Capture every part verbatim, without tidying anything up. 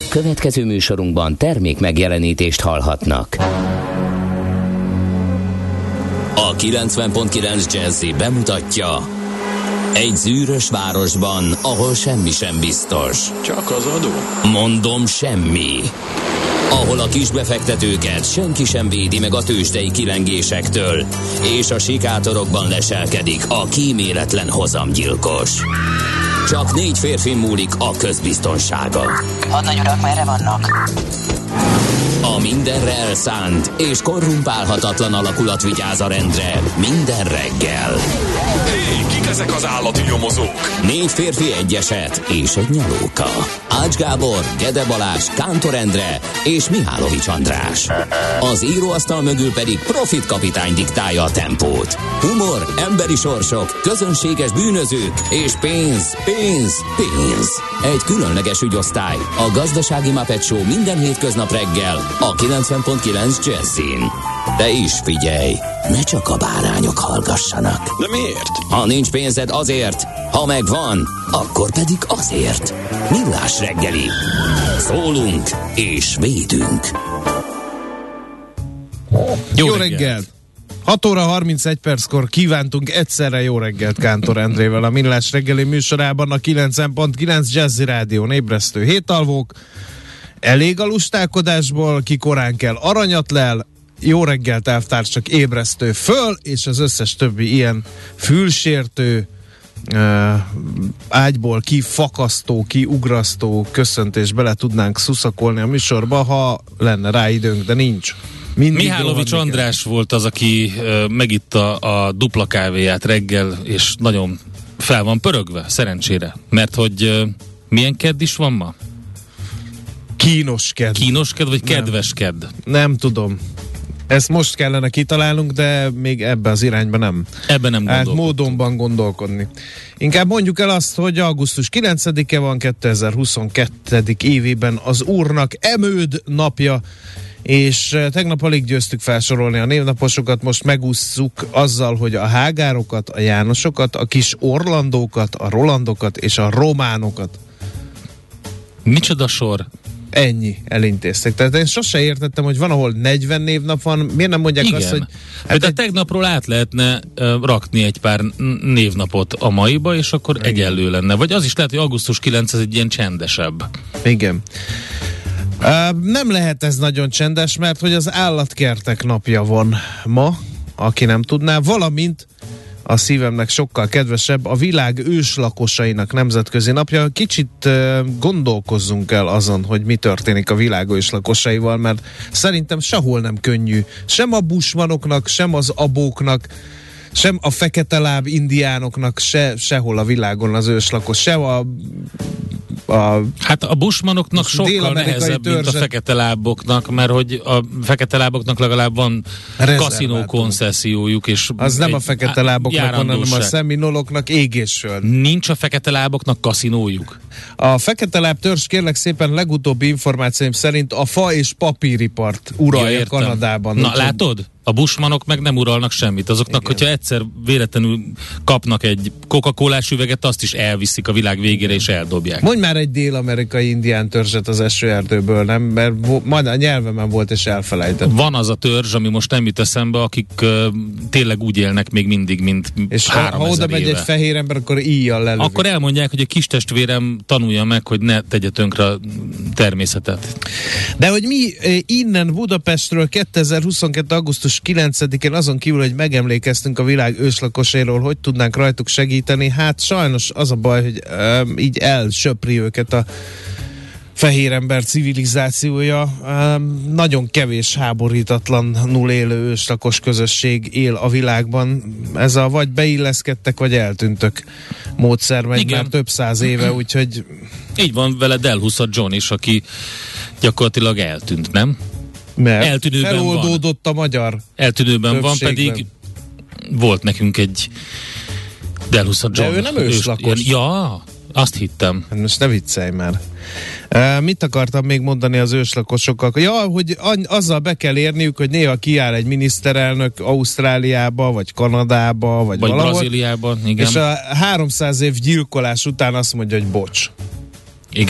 Következő műsorunkban termék megjelenítést hallhatnak. A kilencven pont kilenc Jazzy bemutatja: egy zűrös városban, ahol semmi sem biztos. Csak az adó? Mondom, semmi. Ahol a kisbefektetőket senki sem védi meg a tőzsdei kilengésektől, és a sikátorokban leselkedik a kíméletlen hozamgyilkos. Csak négy férfi múlik a közbiztonsága. Hadnagy urak, merre vannak? A mindenre elszánt és korrumpálhatatlan alakulat vigyáz a rendre minden reggel. Hé, kik ezek az állati nyomozók? Négy férfi, egy eset és egy nyalóka. Ács Gábor, Gede Balázs, Kántor Endre és Mihálovics András. Az íróasztal mögül pedig Profit kapitány diktálja a tempót. Humor, emberi sorsok, közönséges bűnözők és pénz, pénz, pénz. Egy különleges ügyosztály, a Gazdasági Muppet Show minden hétköznap reggel a kilencven pont kilenc Jazzin. De is figyelj, ne csak a bárányok hallgassanak. De miért? Ha nincs pénzed, azért, ha megvan, akkor pedig azért. Millás reggeli. Szólunk és védünk. Jó, jó reggelt! reggelt. hat óra harmincegy perckor kívántunk egyszerre jó reggelt Kántor Endrével a Millás reggeli műsorában, a kilencven pont kilenc Jazzy Rádión. Ébresztő hétalvók, elég a lustálkodásból, ki korán kell aranyat lel, jó reggelt elvtársak, ébresztő föl, és az összes többi ilyen fülsértő, uh, ágyból kifakasztó, kiugrasztó köszöntés bele tudnánk szuszakolni a műsorba, ha lenne rá időnk, de nincs. Mindig Mihálovics András kell. Volt az, aki uh, megitta a dupla kávéját reggel, és nagyon fel van pörögve, szerencsére. Mert hogy uh, milyen kedd is van ma? Kínos kedd. Kínos kedd, vagy kedves kedd? Nem tudom. Ezt most kellene kitalálnunk, de még ebbe az irányba nem. Ebben nem hát módonban gondolkodni. Inkább mondjuk el azt, hogy augusztus kilencedike van, kétezer-huszonkettő. évében az Úrnak Emőd napja, és tegnap alig győztük felsorolni a névnaposokat, most megússzuk azzal, hogy a Hágárokat, a Jánosokat, a kis Orlandókat, a Rolandokat és a Románokat. Micsoda sor? Ennyi elintéztek. Tehát én sose értettem, hogy van, ahol negyven névnap van, miért nem mondják igen. azt, hogy... Hát de egy... tegnapról át lehetne uh, rakni egy pár névnapot a maiba, és akkor igen. egyenlő lenne. Vagy az is lehet, hogy augusztus kilencedike ez egy ilyen csendesebb. Igen. Uh, nem lehet ez nagyon csendes, mert hogy az állatkertek napja van ma, aki nem tudná, valamint a szívemnek sokkal kedvesebb, a világ őslakosainak nemzetközi napja. Kicsit uh, gondolkozzunk el azon, hogy mi történik a világ őslakosaival, mert szerintem sehol nem könnyű. Sem a bushmanoknak, sem az abóknak, sem a feketeláb indiánoknak, se, sehol a világon az őslakos, sem a A hát a bushmanoknak sokkal nehezebb, törzset. Mint a fekete láboknak, mert hogy a fekete láboknak legalább van kaszinó koncessziójuk, és az nem a fekete láboknak van, hanem a szeminoloknak égésről. Nincs a fekete láboknak kaszinójuk? A fekete láb törzs, kérlek szépen, legutóbbi információim szerint a fa és papíripart uralja ja, Kanadában. Na, látod? A bushmanok meg nem uralnak semmit. Azoknak, igen. hogyha egyszer véletlenül kapnak egy Coca-Colás üveget, azt is elviszik a világ végére, és eldobják. Mondj már egy dél-amerikai indián törzset az esőerdőből, nem? Mert majd a nyelvemen volt, és elfelejtettem. Van az a törzs, ami most nem jut eszembe, akik uh, tényleg úgy élnek még mindig, mint és három ha oda megy éve. egy fehér ember, akkor íjjal lelövik. Akkor elmondják, hogy a kis testvérem tanulja meg, hogy ne tegye tönkre a természetet. De hogy mi innen Budapestről kétezer-huszonkettő. augusztus kilencedikén azon kívül, hogy megemlékeztünk a világ őslakosairól, hogy tudnánk rajtuk segíteni, hát sajnos az a baj, hogy um, így elsöpri őket a fehér ember civilizációja. Um, nagyon kevés háborítatlanul élő őslakos közösség él a világban. Ez a vagy beilleszkedtek, vagy eltűntök módszer megy igen. már több száz éve, úgyhogy... Így van vele Delhusa John is, aki gyakorlatilag eltűnt, nem? Mert eltűnőben feloldódott van. a magyar Eltűnőben van, pedig volt nekünk egy Delhusa John. De ő nem őslakos. Ja, azt hittem. Hát most ne viccelj már. Uh, mit akartam még mondani az őslakosokkal? Ja, hogy azzal be kell érniük, hogy néha kiáll egy miniszterelnök Ausztráliába, vagy Kanadába, vagy, vagy valahol. Brazíliában, igen. És a háromszáz év gyilkolás után azt mondja, hogy bocs. Igen.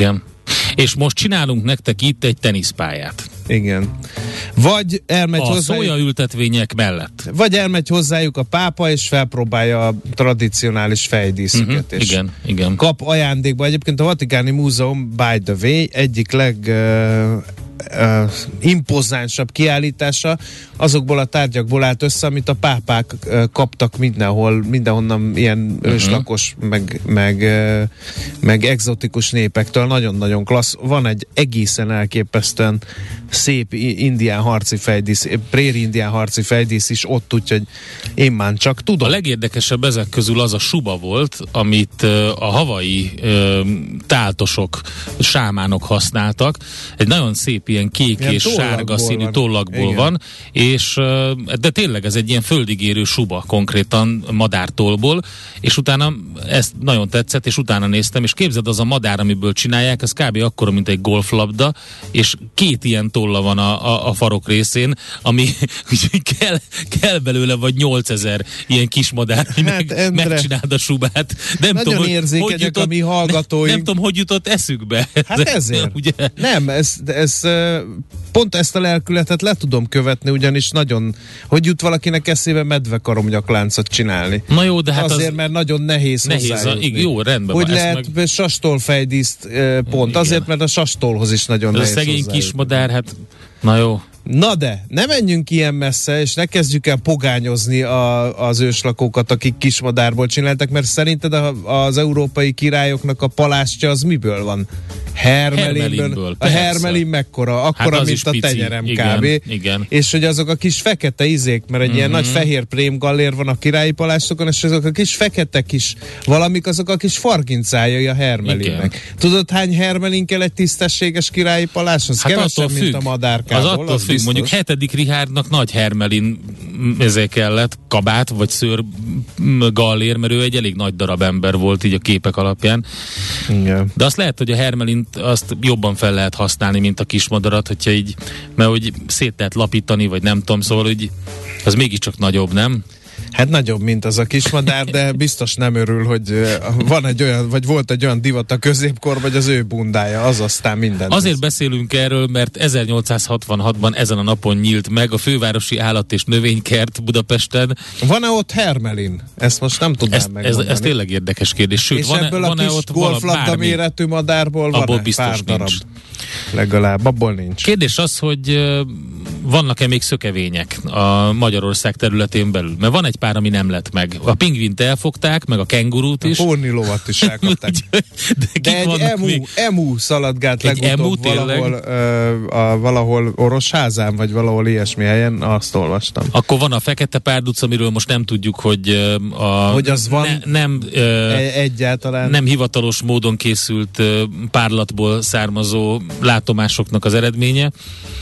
És most csinálunk nektek itt egy teniszpályát. Igen. Vagy elmegy a hozzájuk, szójaültetvények mellett. vagy elmegy hozzájuk a pápa, és felpróbálja a tradicionális fejdíszüket. Uh-huh, és igen, igen. kap ajándékba. Egyébként a Vatikáni Múzeum, by the way, egyik leg uh, uh, impozánsabb kiállítása azokból a tárgyakból állt össze, amit a pápák uh, kaptak mindenhol, mindenhonnan ilyen uh-huh. őslakos, meg, meg, uh, meg egzotikus népektől. Nagyon-nagyon klassz. Van egy egészen elképesztően szép indián harci fejdísz, préri indián harci fejdísz is ott, úgyhogy én már csak tudom. A legérdekesebb ezek közül az a suba volt, amit uh, a havai uh, táltosok, sámánok használtak. Egy nagyon szép ilyen kék ilyen és sárga színű van. tollakból Igen. van, és uh, de tényleg ez egy ilyen földigérő suba konkrétan madártollból, és utána ezt nagyon tetszett, és utána néztem, és képzeld, az a madár, amiből csinálják, ez kb. Akkora, mint egy golflabda, és két ilyen tolla van a, a, a farok részén, ami kell, kell belőle vagy nyolcezer ilyen kismadár, hogy hát, meg, Endre, megcsináld a subát. Nem nagyon tudom, érzékenyek hogy jutott, a mi hallgatóink. Nem, nem tudom, hogy jutott eszükbe. Hát ezért. Ugye? Nem, ez, ez pont ezt a lelkületet le tudom követni, ugyanis nagyon, hogy jut valakinek eszébe medvekaromnyakláncot csinálni. Na jó, de hát azért, az mert nagyon nehéz, nehéz hozzájutni. Jó, rendben hogy van. lehet meg... sastolfejdíszt pont, igen. Azért, mert a sastolhoz is nagyon ez nehéz a szegény kismadár, hát na jó. Na de, ne menjünk ilyen messze, és ne kezdjük el pogányozni a, az őslakókat, akik kismadárból csináltak, mert szerinted a, az európai királyoknak a palástja az miből van? Hermelinből. A hermelin mekkora? Akkora, hát mint a pici. Tenyerem igen, kb. Igen. És hogy azok a kis fekete izék, mert egy mm-hmm. ilyen nagy fehér prémgallér van a királyi palástokon, és azok a kis fekete kis valamik, azok a kis farkincájai a hermelinnek. Igen. Tudod, hány hermelin kell egy tisztességes királyi paláshoz? Hát kevesebb, mint a madárkából. Az attól az függ, biztos. Mondjuk hetedik Richárdnak nagy hermelin ezért kellett, kabát, vagy szőr gallér, mert ő egy elég nagy darab ember volt így a képek alapján. Igen. De azt lehet, hogy a hermelint azt jobban fel lehet használni, mint a kismadarat, hogyha így, mert hogy szét lehet lapítani, vagy nem tudom, szóval hogy az mégiscsak nagyobb, nem? Hát nagyobb, mint az a kismadár, de biztos nem örül, hogy van egy olyan, vagy volt egy olyan divat a középkor, vagy az ő bundája, az aztán minden. Azért ez. Beszélünk erről, mert ezernyolcszázhatvanhatban ezen a napon nyílt meg a fővárosi állat- és növénykert Budapesten. Van-e ott hermelin? Ezt most nem tudnám ezt, megmondani. Ez, ez tényleg érdekes kérdés. Sőt, és van-e, ebből a van-e kis ott golflabda méretű madárból van-e? Abból biztos pár nincs. darab? Legalább, abból nincs. Kérdés az, hogy uh, vannak-e még szökevények a Magyarország területén belül? Mert van egy pár, ami nem lett meg. A pingvint elfogták, meg a kengurút is. A pórnilovat is elkapták. de, de egy emu, emu szaladgált egy legutóbb emu, valahol, uh, a, valahol Orosházán, vagy valahol ilyesmi helyen, azt olvastam. Akkor van a fekete párduc, amiről most nem tudjuk, hogy uh, a hogy az van ne, nem, uh, egyáltalán nem hivatalos módon készült uh, párlatból származó látomásoknak az eredménye.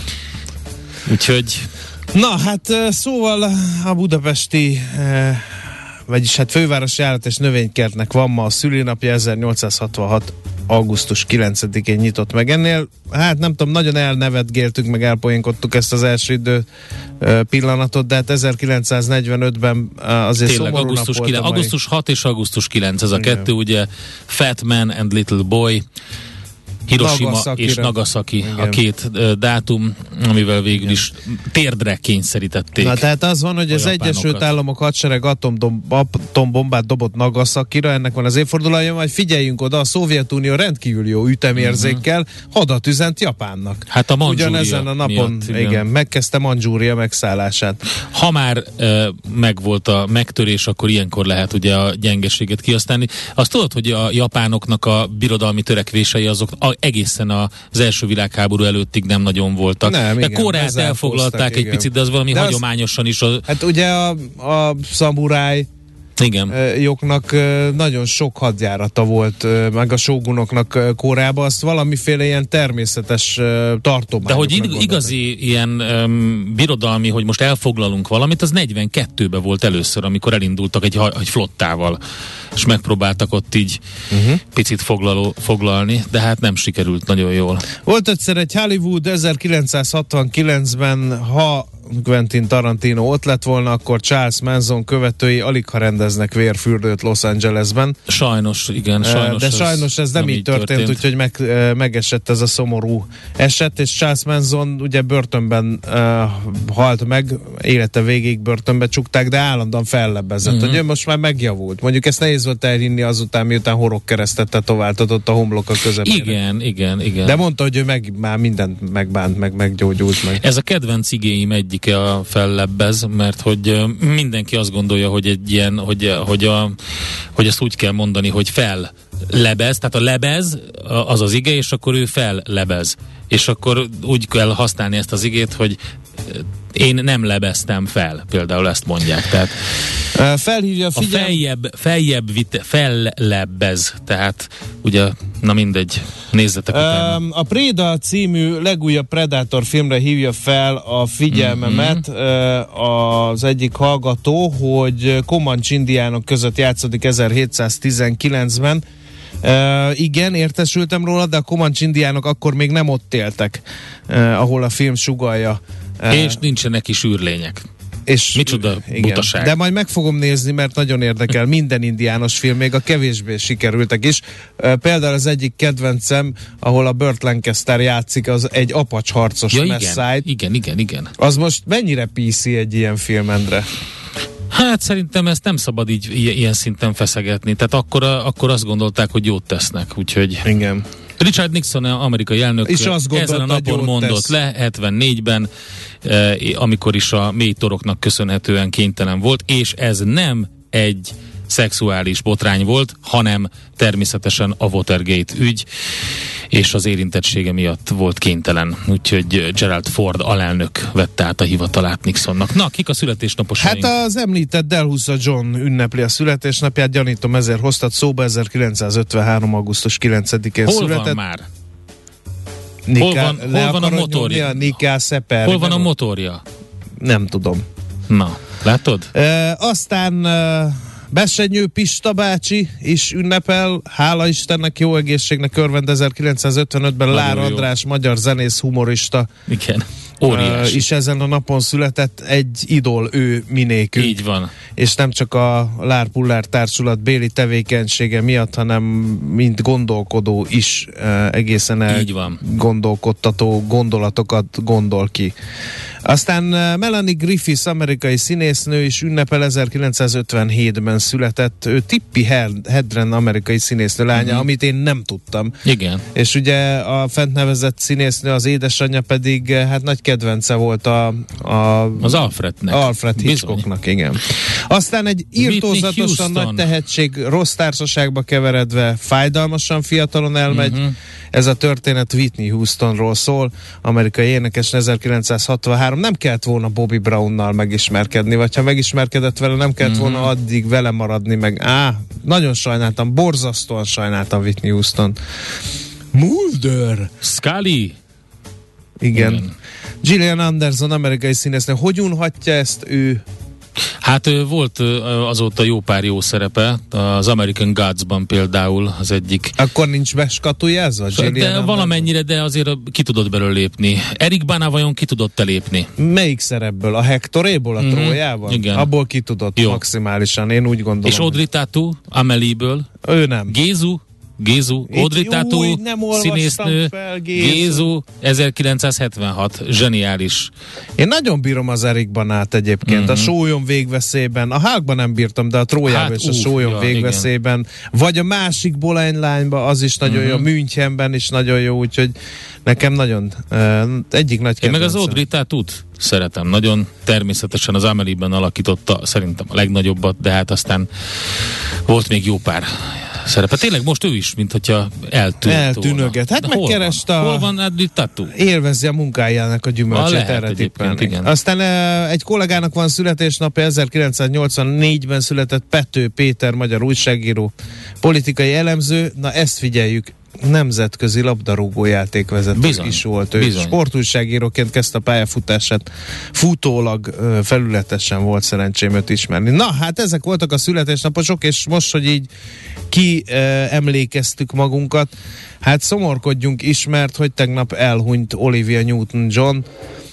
Úgyhogy na, hát szóval a budapesti, eh, vagyis hát fővárosi állat- és növénykertnek van ma a szülinapja, ezernyolcszázhatvanhat augusztus kilencedikén nyitott meg. Ennél, hát nem tudom, nagyon elnevetgéltük, meg elpoénkodtuk ezt az első idő eh, pillanatot, de hát ezerkilencszáznegyvenötben eh, azért tényleg, szomorú augusztus, nap volt. augusztus hat és augusztus kilenc, ez a igen. kettő, ugye Fat Man and Little Boy, Hiroshima Nagasaki-re. És Nagasaki igen. a két uh, dátum, amivel végül igen. is térdre kényszerítették. Na tehát az van, hogy az Egyesült Államok hadsereg atombombát dobott Nagasakira, ennek van az évfordulója, majd figyeljünk oda, a Szovjetunió rendkívül jó ütemérzékkel uh-huh. hadat üzent Japánnak. Hát a Mandzsúria ugyanezen a napon, miatt, igen. igen, megkezdte Mandzsúria megszállását. Ha már uh, megvolt a megtörés, akkor ilyenkor lehet ugye a gyengeséget kihasználni. Azt tudod, hogy a japánoknak a birodalmi törekvései azok a egészen az első világháború előttig nem nagyon voltak. Nem, de Koreát elfoglalták egy igen. picit, de az valami de hagyományosan az, is. A... Hát ugye a, a szamuráj igen. jognak nagyon sok hadjárata volt, meg a sógunoknak Koreában, azt valamiféle ilyen természetes tartományoknak. De hogy ig- igazi ilyen um, birodalmi, hogy most elfoglalunk valamit, az negyvenkettőben volt először, amikor elindultak egy, egy flottával, és megpróbáltak ott így uh-huh. picit foglaló, foglalni, de hát nem sikerült nagyon jól. Volt egyszer egy Hollywood ezerkilencszázhatvankilencben, ha Quentin Tarantino ott lett volna, akkor Charles Manson követői alig ha rendeznek vérfürdőt Los Angelesben. Sajnos, igen, sajnos. De sajnos ez nem, nem így történt, történt. Úgyhogy meg, megesett ez a szomorú eset, és Charles Manson ugye börtönben uh, halt meg, élete végéig börtönbe csukták, de állandóan fellebbezett, uh-huh. hogy ő most már megjavult. Mondjuk ezt nehéz volt elhinni azután, miután horogkeresztet tetováltatott a homloka közepére. Igen, igen, igen. De mondta, hogy ő meg, már mindent megbánt, meg meggyógyult meg. Ez a kedvenc igéim egyike a fellebbez, mert hogy mindenki azt gondolja, hogy egy ilyen, hogy, hogy, a, hogy ezt úgy kell mondani, hogy fellebez, tehát a lebez az az ige, és akkor ő fellebez. És akkor úgy kell használni ezt az igét, hogy én nem lebeztem fel, például ezt mondják. Tehát felhívja a figyelm... A feljebb, feljebb vite, fellebbez, tehát ugye, na mindegy, nézzetek utána. A Préda című legújabb Predator filmre hívja fel a figyelmemet mm-hmm. az egyik hallgató, hogy Comanche indiánok között játszódik ezerhétszáztizenkilencben. Uh, igen, értesültem róla, de a Comanche indiánok akkor még nem ott éltek, uh, ahol a film sugallja. Uh, és nincsenek is űrlények. És micsoda igen, butaság. de majd meg fogom nézni, mert nagyon érdekel minden indiános film, még a kevésbé sikerültek is. Uh, például az egyik kedvencem, ahol a Burt Lancaster játszik, az egy apacs harcos ja, Messiah. Igen, igen, igen, igen. Az most mennyire pé cé egy ilyen film, Endre? Hát szerintem ezt nem szabad így ilyen szinten feszegetni. Tehát akkor, akkor azt gondolták, hogy jót tesznek, úgyhogy... Igen. Richard Nixon, amerikai elnök ezen a napon mondott tesz. le, hetvennégyben, eh, amikor is a mély toroknak köszönhetően kénytelen volt, és ez nem egy szexuális botrány volt, hanem természetesen a Watergate ügy, és az érintettsége miatt volt kénytelen. Úgyhogy Gerald Ford alelnök vette át a hivatalát Nixonnak. Na, kik a születésnaposaink? Hát az említett Delhusa John ünnepli a születésnapját, gyanítom ezért hoztat szóba, ezerkilencszázötvenhárom. augusztus kilencedikén hol született. Hol van már? Nika, hol van, hol van a motorja? Nika Seper, hol van a motorja? Nem tudom. Na, látod? E, aztán... E, Bessenyő Pista bácsi is ünnepel, hála Istennek, jó egészségnek örvend, ezerkilencszázötvenötben Lár András, magyar zenész, humorista. Igen, óriás. Uh, és ezen a napon született, egy idol ő minékünk. Így van. És nem csak a Lár Pullár társulat béli tevékenysége miatt, hanem mint gondolkodó is uh, egészen elgondolkodtató gondolatokat gondol ki. Aztán Melanie Griffiths, amerikai színésznő is ünnepel, ezerkilencszázötvenhétben született. Ő Tippi Hedren, amerikai színésznő lánya, uh-huh. amit én nem tudtam. Igen. És ugye a fent nevezett színésznő, az édesanyja pedig hát nagy kedvence volt a, a az Alfrednek. Alfred Hitchcocknak, igen. Aztán egy irtózatosan nagy tehetség, rossz társaságba keveredve fájdalmasan fiatalon elmegy. Uh-huh. Ez a történet Whitney Houstonról szól, amerikai énekes, ezerkilencszázhatvanhárom. Nem kellett volna Bobby Brownnal megismerkedni, vagy ha megismerkedett vele, nem kellett volna uh-huh. addig vele maradni, meg á, nagyon sajnáltam, borzasztóan sajnáltam Whitney Houston. Mulder! Scully! Igen. Igen. Gillian Anderson, amerikai színésznő. Hogy unhatja ezt ő? Hát volt azóta jó pár jó szerepe, az American Gods-ban például az egyik. Akkor nincs beskatujázva? De valamennyire, de azért ki tudott belőle lépni. Eric Bana vajon ki tudott-e lépni? Melyik szerepből? A Hectoréból, a mm-hmm. Trójában? Igen. Abból ki tudott jó. Maximálisan, én úgy gondolom. És Audrey Tautou, Amélie-ből? Ő nem. Gézu? Gézu, Audrey Tautou, színésznő, fel, Gézu. Gézu, ezerkilencszázhetvenhat, zseniális. Én nagyon bírom az Eric Banát egyébként, mm-hmm. a Sólyom végveszélyben, a Hulkban nem bírtam, de a Trójában hát, és a Sólyom ja, végveszélyben, igen. vagy a másik Boleyn Line-ban, az is nagyon mm-hmm. jó, Münchenben is nagyon jó, úgyhogy nekem nagyon uh, egyik nagy kedvencem. Én meg az Audrey Tautout szeretem, nagyon természetesen az Amélie-ben alakította szerintem a legnagyobbat, de hát aztán volt még jó pár szerepe. Tényleg most ő is, mint hogyha eltűnt Eltűnöget. Hát de megkereste hol a... Hol van Audrey Tautou? Élvezi a munkájának a gyümölcsét, erre tippelni. Aztán egy kollégának van születésnapja, ezerkilencszáznyolcvannégyben született Pető Péter, magyar újságíró, politikai elemző. Na ezt figyeljük, nemzetközi labdarúgó játékvezető bizony, is volt ő. Bizony. Sportújságíróként kezdte a pályafutását. Futólag felületesen volt szerencsém őt ismerni. Na, hát ezek voltak a születésnaposok, és most, hogy így ki eh, emlékeztük magunkat, hát szomorkodjunk is, mert hogy tegnap elhunyt Olivia Newton-John.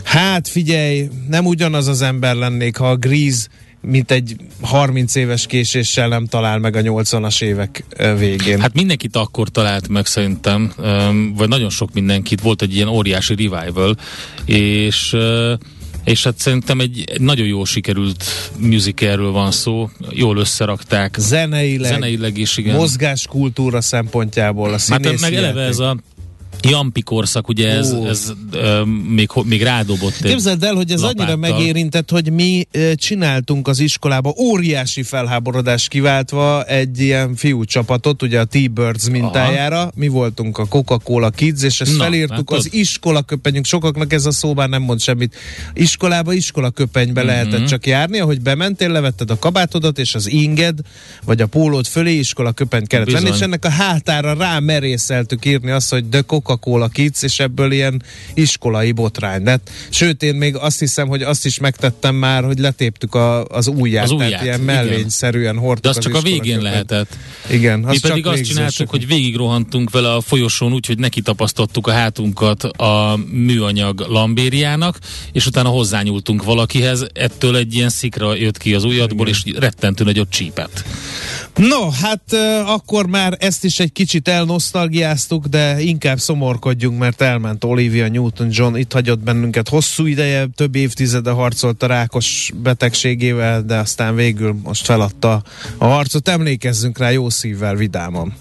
Hát figyelj, nem ugyanaz az ember lennék, ha a Grease mint egy harminc éves késéssel nem talál meg a nyolcvanas évek végén. Hát mindenkit akkor talált meg szerintem, vagy nagyon sok mindenkit, volt egy ilyen óriási revival, és és hát szerintem egy, egy nagyon jól sikerült musicalről van szó, jól összerakták. Zeneileg, zeneileg is, igen. Mozgáskultúra szempontjából, a színészi. Hát meg eleve ez a Jampi korszak, ugye ez, ez uh, még, még rádobott. Képzeld el, hogy ez lapáttal. Annyira megérintett, hogy mi uh, csináltunk az iskolába óriási felháborodást kiváltva egy ilyen fiú csapatot, ugye a T-Birds mintájára. Aha. Mi voltunk a Coca-Cola Kids, és ezt Na, felírtuk az iskolaköpenyünk. Sokaknak ez a szó már nem mond semmit. Iskolába, iskolaköpenybe mm-hmm. lehetett csak járni, ahogy bementél, levetted a kabátodat, és az inged, vagy a pólód fölé iskolaköpenyt kellett venni, és ennek a hátára rámerészeltük írni azt, hogy de Coca-Cola Kids, és ebből ilyen iskolai botrány lett. Sőt, én még azt hiszem, hogy azt is megtettem már, hogy letéptük a, az ujját, az ujját, tehát ilyen mellényszerűen hordtuk. De az, az csak a végén köpet. Lehetett. Igen. Mi pedig azt csináltuk, hogy végigrohantunk vele a folyosón úgy, hogy neki tapasztottuk a hátunkat a műanyag lambériának, és utána hozzányúltunk valakihez, ettől egy ilyen szikra jött ki az ujjadból, igen. És rettentő nagyot csípett. No, hát uh, akkor már ezt is egy kicsit elnosztalgiáztuk, de inkább szomorkodjunk, mert elment Olivia Newton-John, itt hagyott bennünket hosszú ideje, több évtizede harcolt a rákos betegségével, de aztán végül most feladta a harcot. Emlékezzünk rá jó szívvel, vidáman.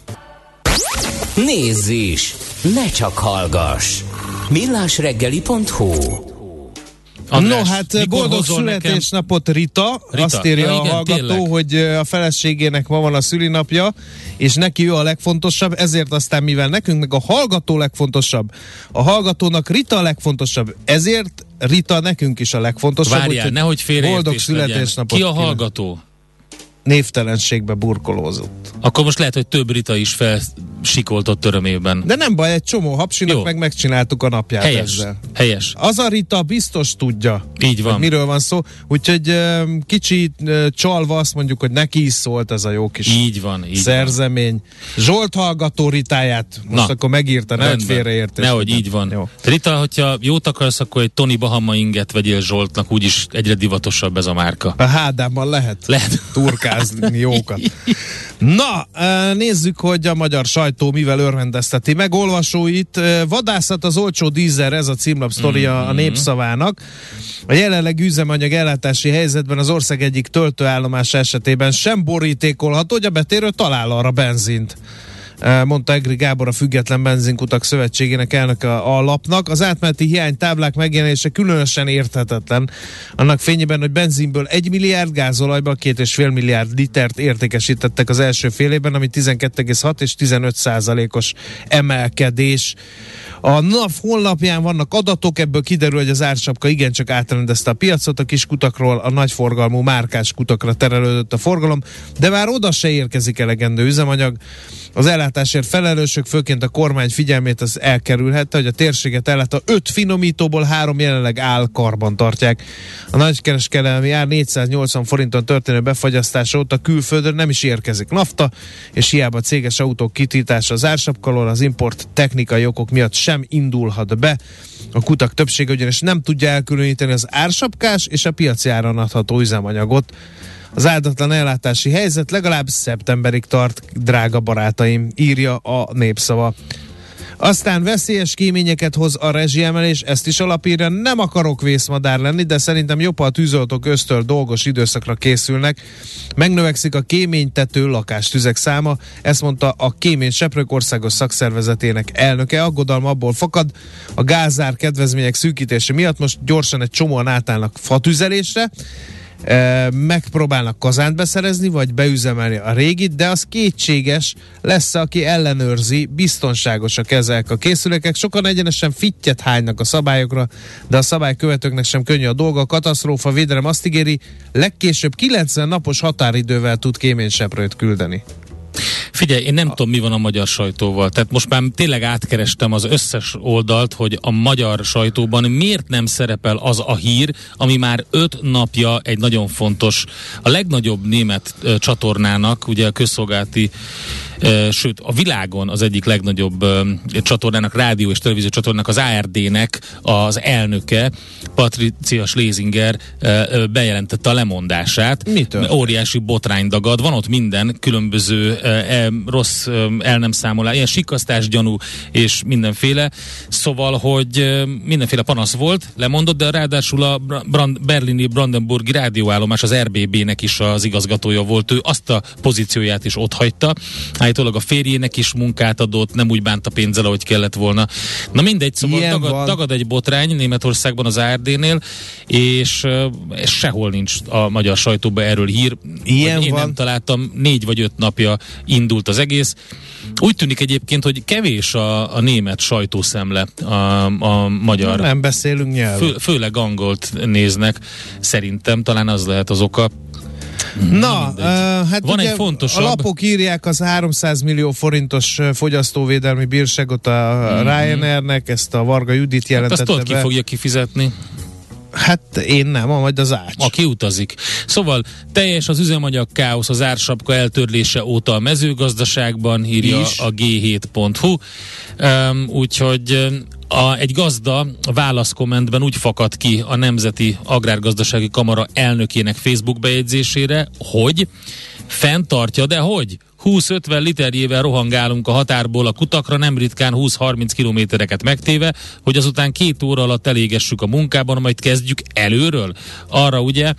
Nézz is! Ne csak hallgass! millásreggeli pont hu András, no, hát boldog születésnapot nekem? Rita, Rita, azt írja ja, igen, a hallgató, tényleg. Hogy a feleségének ma van a szülinapja, és neki ő a legfontosabb, ezért aztán mivel nekünk meg a hallgató legfontosabb, a hallgatónak Rita a legfontosabb, ezért Rita nekünk is a legfontosabb. Várjál, nehogy félreértés boldog születésnapot. Ki a hallgató? Névtelenségbe burkolózott. Akkor most lehet, hogy több Rita is felsikoltott örömében. De nem baj, egy csomó hapsinak Jó. meg megcsináltuk a napját helyes, ezzel. Helyes. Az a Rita biztos tudja, így van. miről van szó. Úgyhogy um, kicsit uh, csalva azt mondjuk, hogy neki is szólt ez a jó kis így van, így szerzemény. Van. Zsolt hallgató Ritáját most Na, akkor megírta, nehogy félreértés. Nehogy így van. Jó. Rita, hogyha jót akarsz, akkor egy Tony Bahama inget vegyél Zsoltnak, úgyis egyre divatosabb ez a márka. A hádában lehet. Lehet. Turkázni jókat. Na, nézzük, hogy a magyar sajtó mivel örvendezteti meg olvasóit. Vadászat az olcsó dízel, ez a címlap sztoria mm-hmm. a Népszavának. A jelenlegi üzemanyag ellátási helyzetben az ország egyik töltőállomás esetében sem borítékolható, hogy a betérő talál arra benzint, mondta Egri Gábor, a Független Benzinkutak Szövetségének elnöke a lapnak. Az átmeneti hiánytáblák megjelenése különösen érthetetlen. Annak fényében, hogy benzinből egy milliárd, gázolajban két és fél milliárd litert értékesítettek az első fél évben, ami tizenkét egész hat és tizenöt százalékos emelkedés. A NAV honlapján vannak adatok, ebből kiderül, hogy az ársapka igencsak átrendezte a piacot, a kis kutakról a nagyforgalmú márkás kutakra terelődött a forgalom, de már oda se érkezik elegendő üzemanyag. Az ellátásért felelősök, főként a kormány figyelmét az elkerülhette, hogy a térséget ellátva öt finomítóból három jelenleg áll karban tartják. A nagykereskedelmi ár négyszáznyolcvan forinton történő befagyasztása óta külföldön nem is érkezik nafta, és hiába céges autók kitiltása az ársapkalól, az import technikai okok miatt sem indulhat be. A kutak többsége ugyanis nem tudja elkülöníteni az ársapkás és a piaci áron adható üzemanyagot. Az áldatlan ellátási helyzet legalább szeptemberig tart, drága barátaim, írja a Népszava. Aztán veszélyes kéményeket hoz a rezsiemelés, ezt is alapírja. Nem akarok vészmadár lenni, de szerintem jobb, ha a tűzoltók ősztől dolgos időszakra készülnek. Megnövekszik a kéménytető lakástüzek száma, ezt mondta a Kémény Seprők Országos Szakszervezetének elnöke. Aggodalma abból fakad, a gázár kedvezmények szűkítése miatt most gyorsan egy csomóan átállnak fatüzelésre, megpróbálnak kazánt beszerezni, vagy beüzemelni a régit, de az kétséges, lesz, aki ellenőrzi, biztonságosak ezek a készülékek. Sokan egyenesen fittyet hánynak a szabályokra, de a szabálykövetőknek sem könnyű a dolga. A katasztrófa védelem azt ígéri, legkésőbb kilencven napos határidővel tud kéményseprőt küldeni. Figyelj, én nem tudom, mi van a magyar sajtóval. Tehát most már tényleg átkerestem az összes oldalt, hogy a magyar sajtóban miért nem szerepel az a hír, ami már öt napja egy nagyon fontos, a legnagyobb német uh, csatornának, ugye a közszolgálati sőt, a világon az egyik legnagyobb csatornának, rádió és televízió csatornának, az á er dé-nek az elnöke, Patricia Schlesinger bejelentette a lemondását. Mitől? Óriási botrány dagad, van ott minden, különböző e, rossz e, el nem számolás, ilyen sikasztásgyanú és mindenféle, szóval, hogy e, mindenféle panasz volt, lemondott, de ráadásul a Brand, berlini Brandenburgi rádióállomás, az er bé bé-nek is az igazgatója volt, ő azt a pozícióját is ott hagyta, állítólag a férjének is munkát adott, nem úgy bánta pénzzel, ahogy kellett volna. Na mindegy, szóval dagad, dagad egy botrány Németországban az á er dé-nél, és, és sehol nincs a magyar sajtóban erről hír. Ilyen én van. nem találtam, négy vagy öt napja indult az egész. Úgy tűnik egyébként, hogy kevés a, a német sajtószemle a, a magyar. Nem beszélünk nyelven. Fő, főleg angolt néznek, szerintem talán az lehet az oka. Na, uh, hát van ugye egy fontosabb. A lapok írják az háromszáz millió forintos fogyasztóvédelmi bírságot a mm-hmm. Ryanairnek, ezt a Varga Judit jelentette hát azt tudod, be. ki fogja kifizetni? Hát én nem, majd az ács. Aki utazik. Szóval teljes az üzemanyag káosz az ársapka eltörlése óta a mezőgazdaságban, írja is. A gé hét pont hu. Um, úgyhogy a, egy gazda a válaszkommentben úgy fakad ki a Nemzeti Agrárgazdasági Kamara elnökének Facebook bejegyzésére, hogy fenntartja, de hogy? húsz-ötven literjével rohangálunk a határból a kutakra, nem ritkán húsz-harminc kilométereket megtéve, hogy azután két óra alatt elégessük a munkában, majd kezdjük előről. Arra ugye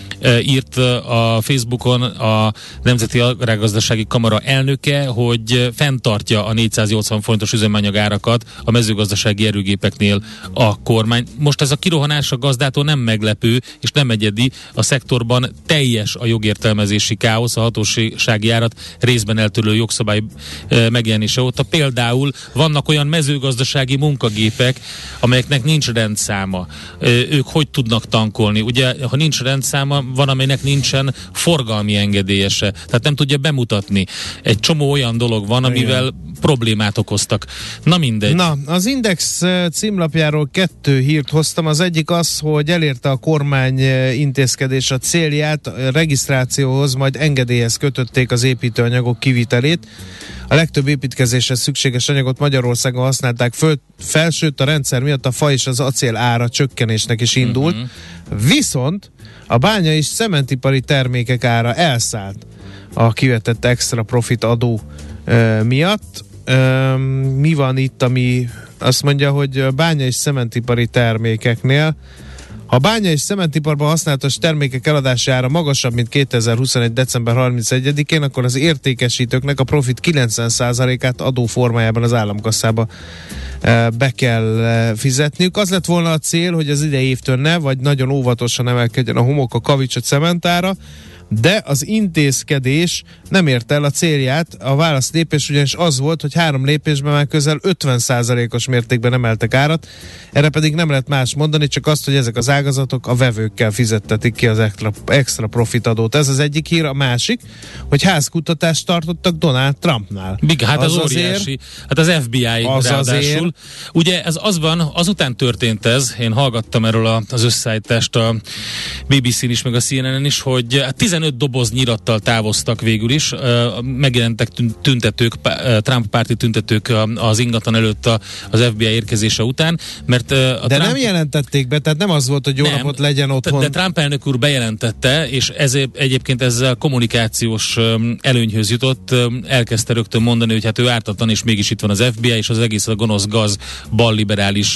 írt a Facebookon a Nemzeti Agrárgazdasági Kamara elnöke, hogy fenntartja a négyszáznyolcvan forintos üzemanyagárakat a mezőgazdasági erőgépeknél a kormány. Most ez a kirohanás a gazdától nem meglepő, és nem egyedi. A szektorban teljes a jogértelmezési káosz, a hatósági árat részben eltörlő jogszabály megjelenése óta. Például vannak olyan mezőgazdasági munkagépek, amelyeknek nincs rendszáma. Ők hogy tudnak tankolni? Ugye, ha nincs rendszáma, van, amelynek nincsen forgalmi engedélyese. Tehát nem tudja bemutatni. Egy csomó olyan dolog van, amivel igen. problémát okoztak. Na mindegy. Na, az Index címlapjáról kettő hírt hoztam. Az egyik az, hogy elérte a kormány intézkedés a célját, a regisztrációhoz majd engedélyhez kötötték az építőanyagok kivitelét. A legtöbb építkezéshez szükséges anyagot Magyarországon használták föl, felsőt a rendszer miatt a fa és az acél ára csökkenésnek is indult. Uh-huh. Viszont a bánya és cementipari termékek ára elszállt a kivetett extra profit adó e, miatt. E, mi van itt, ami azt mondja, hogy a bánya és cementipari termékeknél ha a bánya és cementiparban használatos termékek eladási ára magasabb, mint kétezer-huszonegy. december harmincegyedikén, akkor az értékesítőknek a profit kilencven százalékát adó formájában az államkasszába be kell fizetniük. Az lett volna a cél, hogy az idei évtől ne, vagy nagyon óvatosan emelkedjen a homok, a kavics, a cementára, de az intézkedés nem ért el a célját. A válasz lépés ugyanis az volt, hogy három lépésben már közel ötven százalékos mértékben emeltek árat, erre pedig nem lehet más mondani, csak azt, hogy ezek az ágazatok a vevőkkel fizettetik ki az extra, extra profit adót. Ez az egyik hír, a másik, hogy házkutatást tartottak Donald Trumpnál. Big, hát az, az óriási, azért, hát az ef bé i az ráadásul. Azért. Ugye ez az van, azután történt ez, én hallgattam erről a, az összeállítást a bé bé cén is, meg a cé en en-en is, hogy tizenöt doboz nyirattal távoztak végül is, megjelentek tüntetők, Trump párti tüntetők az ingatlan előtt az ef bé i érkezése után, mert a de Trump... nem jelentették be, tehát nem az volt, hogy jó nem, napot legyen otthon. De Trump elnök úr bejelentette, és ez egyébként ezzel kommunikációs előnyhöz jutott, elkezdte rögtön mondani, hogy hát ő ártatlan, és mégis itt van az ef bé i, és az egész a gonosz gaz balliberális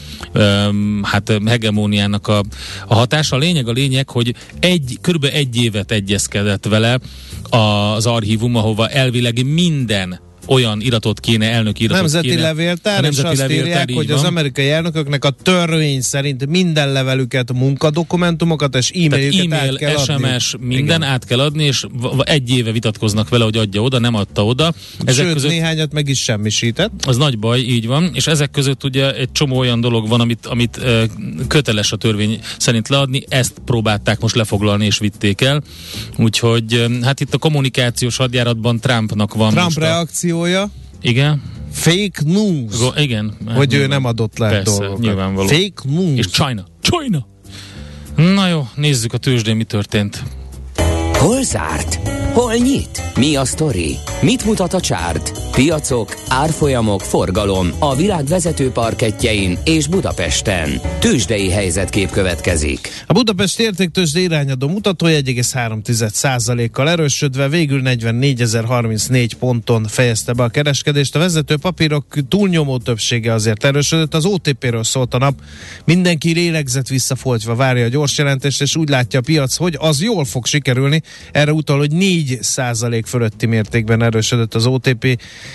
hát hegemóniának a, a hatása. A lényeg a lényeg, hogy egy, körülbelül egy évet egyezkedett vele az archívum, ahova elvileg minden olyan iratot kéne, elnök iratot nemzeti kéne. Levéltár, és azt levéltár, írják, hogy van. Az amerikai elnököknek a törvény szerint minden levelüket, munkadokumentumokat és e-mailjüket e-mail, át kell es em es, adni. minden igen. át kell adni, és egy éve vitatkoznak vele, hogy adja oda, nem adta oda. Ezek Sőt, között, néhányat meg is semmisített. Az nagy baj, így van, és ezek között ugye egy csomó olyan dolog van, amit, amit uh, köteles a törvény szerint leadni, ezt próbálták most lefoglalni, és vitték el. Úgyhogy uh, hát itt a kommunikációs hadjáratban Trumpnak van Trump most reakció igen. Fake news. Go, igen. Hogy ő nem adott le persze, dolgokat. Nyilvánvaló. Fake news. És China. China. Na jó, nézzük a tőzsdén, mi történt. Hol zárt? Hol nyit? Mi a sztori? Mit mutat a csárt? Piacok, árfolyamok, forgalom a világ vezető parkettjein és Budapesten. Tőzsdei helyzetkép következik. A Budapest értéktőzsde irányadó mutatója egy egész három százalékkal erősödve végül negyvennégyezer-harmincnégy ponton fejezte be a kereskedést. A vezető papírok túlnyomó többsége azért erősödött. Az o té pé-ről szólt a nap. Mindenki lélegzett visszafoltva várja a gyors jelentést, és úgy látja a piac, hogy az jól fog sikerülni. Erre utal, hogy négy százalék fölötti mértékben erősödött az o té pé,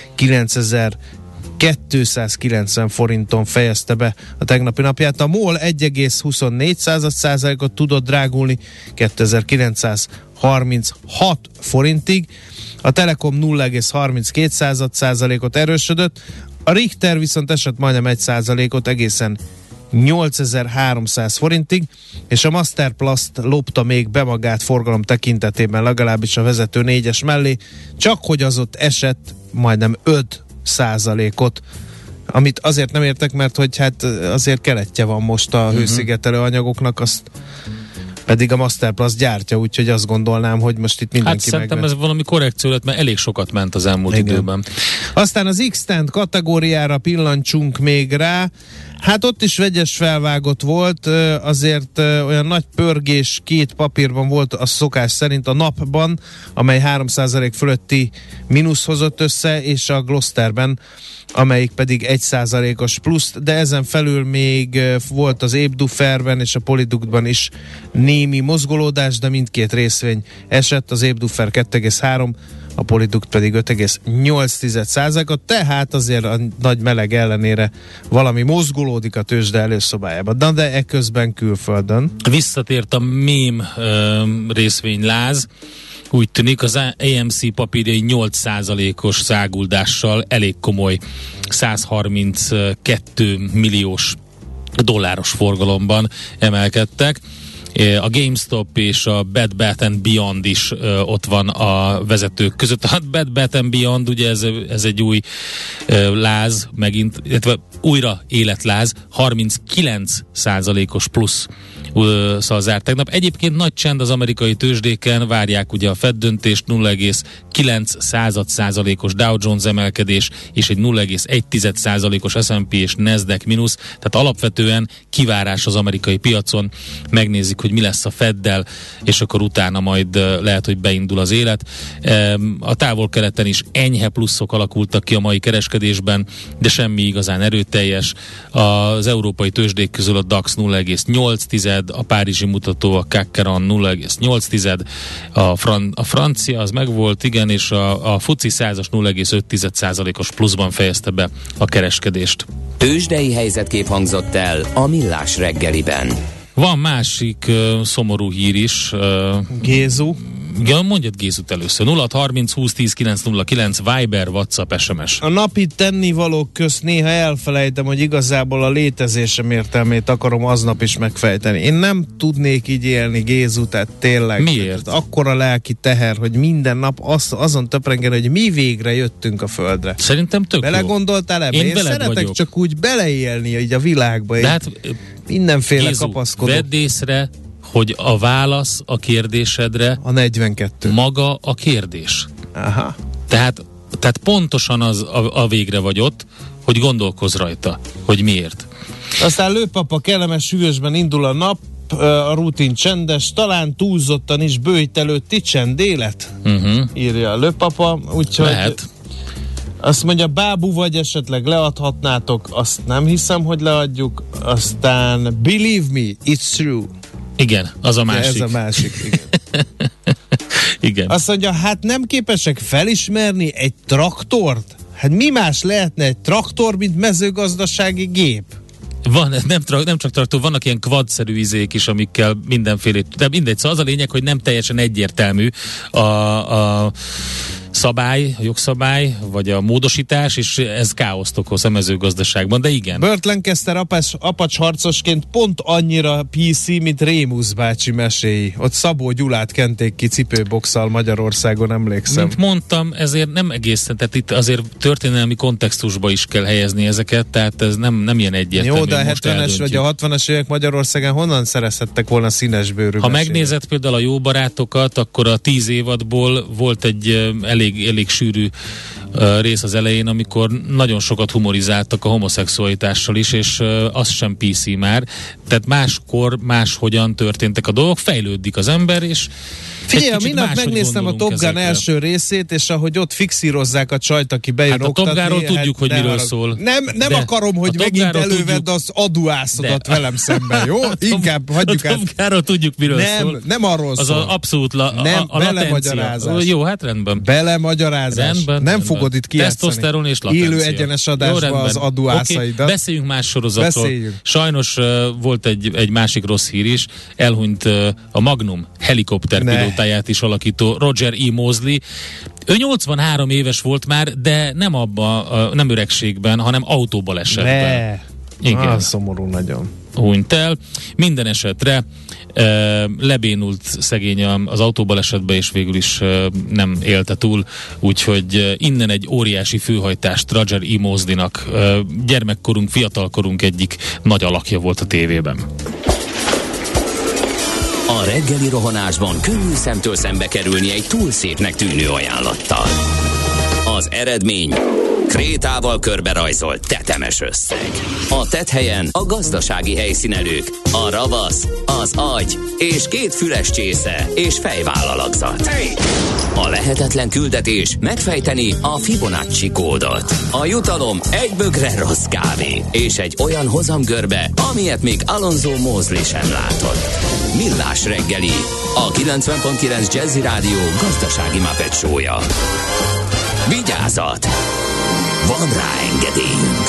kilencezer-kétszázkilencven forinton fejezte be a tegnapi napját. A MOL egy egész huszonnégy százalékot tudott drágulni kétezer-kilencszázharminchat forintig. A Telekom nulla egész harminckét százalékot erősödött, a Richter viszont esett majdnem egy százalékot egészen nyolcezer-háromszáz forintig, és a Masterplast lopta még be magát forgalom tekintetében legalábbis a vezető négyes mellé, csak hogy az ott esett majdnem öt százalékot, amit azért nem értek, mert hogy hát azért keletje van most a uh-huh. hőszigetelő anyagoknak, azt pedig a Masterplast gyártja, úgyhogy azt gondolnám, hogy most itt mindenki hát szerintem megvett. Ez valami korrekció lett, mert elég sokat ment az elmúlt Igen. időben. Aztán az X-Tent kategóriára pillancsunk még rá. Hát ott is vegyes felvágott volt, azért olyan nagy pörgés két papírban volt a szokás szerint, a napban, amely három százalék fölötti mínusz hozott össze, és a Glosterben, amelyik pedig egy százalékos pluszt, de ezen felül még volt az Ébduferben és a Polyductban is némi mozgolódás, de mindkét részvény esett, az Ébdufer kettő egész három, a Polyduct pedig öt egész nyolc százalékot, tehát azért a nagy meleg ellenére valami mozgolódik a tőzsde előszobájában. Na, de eközben külföldön. Visszatért a mém ö, részvényláz. Úgy tűnik, az á em cé papírjai nyolc százalékos száguldással elég komoly százharminckettő milliós dolláros forgalomban emelkedtek. A GameStop és a Bed Bath and Beyond is ö, ott van a vezetők között. A Bed Bath and Beyond, ugye ez, ez egy új ö, láz, megint, illetve újra életláz, harminckilenc százalékos plusz szóval zárt tegnap. Egyébként nagy csend az amerikai tőzsdéken, várják ugye a Fed döntést, nulla egész kilenc százalékos Dow Jones emelkedés és egy nulla egész egy százalékos es and pé és Nasdaq mínusz, tehát alapvetően kivárás az amerikai piacon, megnézik, hogy mi lesz a Feddel, és akkor utána majd lehet, hogy beindul az élet. A távol-keleten is enyhe pluszok alakultak ki a mai kereskedésben, de semmi igazán erőteljes. Az európai tőzsdék közül a DAX nulla egész nyolc, a párizsi mutató, a C A C Caron nulla egész nyolc, a, fran- a francia az megvolt, igen, és a, a FUCI százas nulla egész öt százalékos pluszban fejezte be a kereskedést. Tőzsdei helyzetkép hangzott el a Millás reggeliben. Van másik uh, szomorú hír is. Uh, Gézu. Ja, mondjad Gézut először. nulla harminc húsz tíz kilenc nulla kilenc Viber, WhatsApp, es em es. A napi tennivalók közt néha elfelejtem, hogy igazából a létezésem értelmét akarom aznap is megfejteni. Én nem tudnék így élni, Gézu, tehát tényleg. Miért? Akkora lelki teher, hogy minden nap az, azon töprengeni, hogy mi végre jöttünk a földre. Szerintem tök Belegondoltál ebbe? Én, Én szeretek vagyok. Csak úgy beleélni így a világba. De hát, mindenféle Gézu, kapaszkodó. Vedd észre, hogy a válasz a kérdésedre a negyvenkettő. Maga a kérdés. Aha. Tehát, tehát pontosan az a, a végre vagy ott, hogy gondolkozz rajta, hogy miért. Aztán Lőpapa kellemes hűvösben indul a nap, a rutin csendes, talán túlzottan is bőjtelő ti csendélet, uh-huh. írja a Lőpapa, úgyhogy lehet. Azt mondja, bábú vagy esetleg leadhatnátok, azt nem hiszem, hogy leadjuk, aztán believe me, it's true. Igen, az a másik. Ja, ez a másik, igen. Igen. Azt mondja, hát nem képesek felismerni egy traktort? Hát mi más lehetne egy traktor, mint mezőgazdasági gép? Van, nem, tra- nem csak traktor, vannak ilyen quad-szerű izék is, amikkel mindenféle, de mindegy, szóval az a lényeg, hogy nem teljesen egyértelmű a, a szabály, a jogszabály, vagy a módosítás, és ez káoszt okoz a mezőgazdaságban, de igen. Burt Lancaster apacs, apacs harcosként pont annyira pé cé, mint Rémusz bácsi meséi. Ott Szabó Gyulát kenték ki cipőboxal Magyarországon, emlékszem. Mint mondtam, ezért nem egészen, tehát itt azért történelmi kontextusba is kell helyezni ezeket, tehát ez nem, nem ilyen egyértelmű. Jó, de a hetvenes vagy a hatvanas évek Magyarországon honnan szerezhettek volna színesbőrű Ha mesélet? megnézed például a Jó barátokat, akkor a tíz évadból volt egy elég, elég sűrű uh, rész az elején, amikor nagyon sokat humorizáltak a homoszexualitással is, és uh, az sem pé cé már. Tehát máskor, máshogyan történtek a dolgok, fejlődik az ember, és figyelj, a minap megnéztem a Top Gun ezekre. első részét, és ahogy ott fixírozzák a csajt, aki bejön Hát a oktatni. Top Gunról tudjuk, hogy miről arra, szól. Nem, nem De akarom, hogy a Top megint Gunról elővedd tudjuk, az aduászodat de. velem szemben, jó? Inkább hagyjuk a át. Top Gunról tudjuk, miről Nem, szól. nem arról Az szól. a abszolút la, Nem, a, a latencia. belemagyarázás. Jó, hát rendben. Belemagyarázás. Rendben, nem rendben. fogod itt kijátszani. Tesztoszteron és latencia. Élő egyenes adásban Jó, az aduászaidat. Okay. Beszéljünk más sorozatról. Beszéljünk. Sajnos uh, volt egy, egy másik rossz hír is. Elhunyt uh, a Magnum helikopterpilótáját is alakító Roger E. Mosley. Ő nyolcvanhárom éves volt már, de nem abba, uh, nem öregségben, hanem autóbalesetben. Ne. Igen. Ah, szomorú nagyon. Hunyt el. Minden esetre e, lebénult szegény az autóbalesetbe, és végül is e, nem élte túl, úgyhogy e, innen egy óriási főhajtást Roger E. Mosleynak, e, gyermekkorunk, fiatalkorunk egyik nagy alakja volt a tévében. A reggeli rohanásban könnyű szemtől szembe kerülni egy túl szépnek tűnő ajánlattal. Az eredmény krétával körberajzolt tetemes összeg. A tetthelyen a gazdasági helyszínelők, a ravasz, az agy és két füles csésze és fejvállalakzat. A lehetetlen küldetés megfejteni a Fibonacci kódot. A jutalom egy bögre rossz kávé és egy olyan hozamgörbe, amilyet még Alonso Mosley sem látott. Millás reggeli, a kilencven pont kilenc Jazzy Rádió gazdasági Muppet show-ja. Vigyázat! Van rá engedélyünk!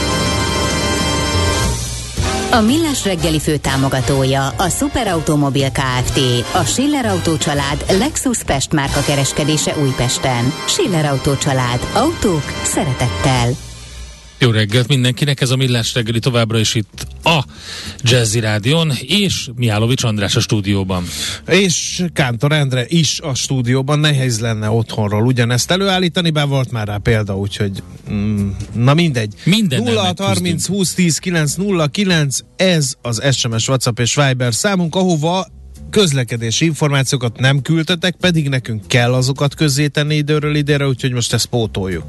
A Millás reggeli főtámogatója a Superautomobil Kft. A Schiller Autó család Lexus Pest márka kereskedése Újpesten. Schiller Autó család. Autók szeretettel. Jó reggelt mindenkinek, ez a Millás reggeli továbbra is itt a Jazzy Rádion, és Mihálovics András a stúdióban. És Kántor Endre is a stúdióban. Nehéz lenne otthonról ugyanezt előállítani, bár volt már rá példa, úgyhogy mm, na mindegy. Mindennel nulla hat harminc húsz tíz kilenc nulla kilenc, ez az es em es, WhatsApp és Viber számunk, ahova közlekedési információkat nem küldtetek, pedig nekünk kell azokat közzétenni időről időre, úgyhogy most ezt pótoljuk.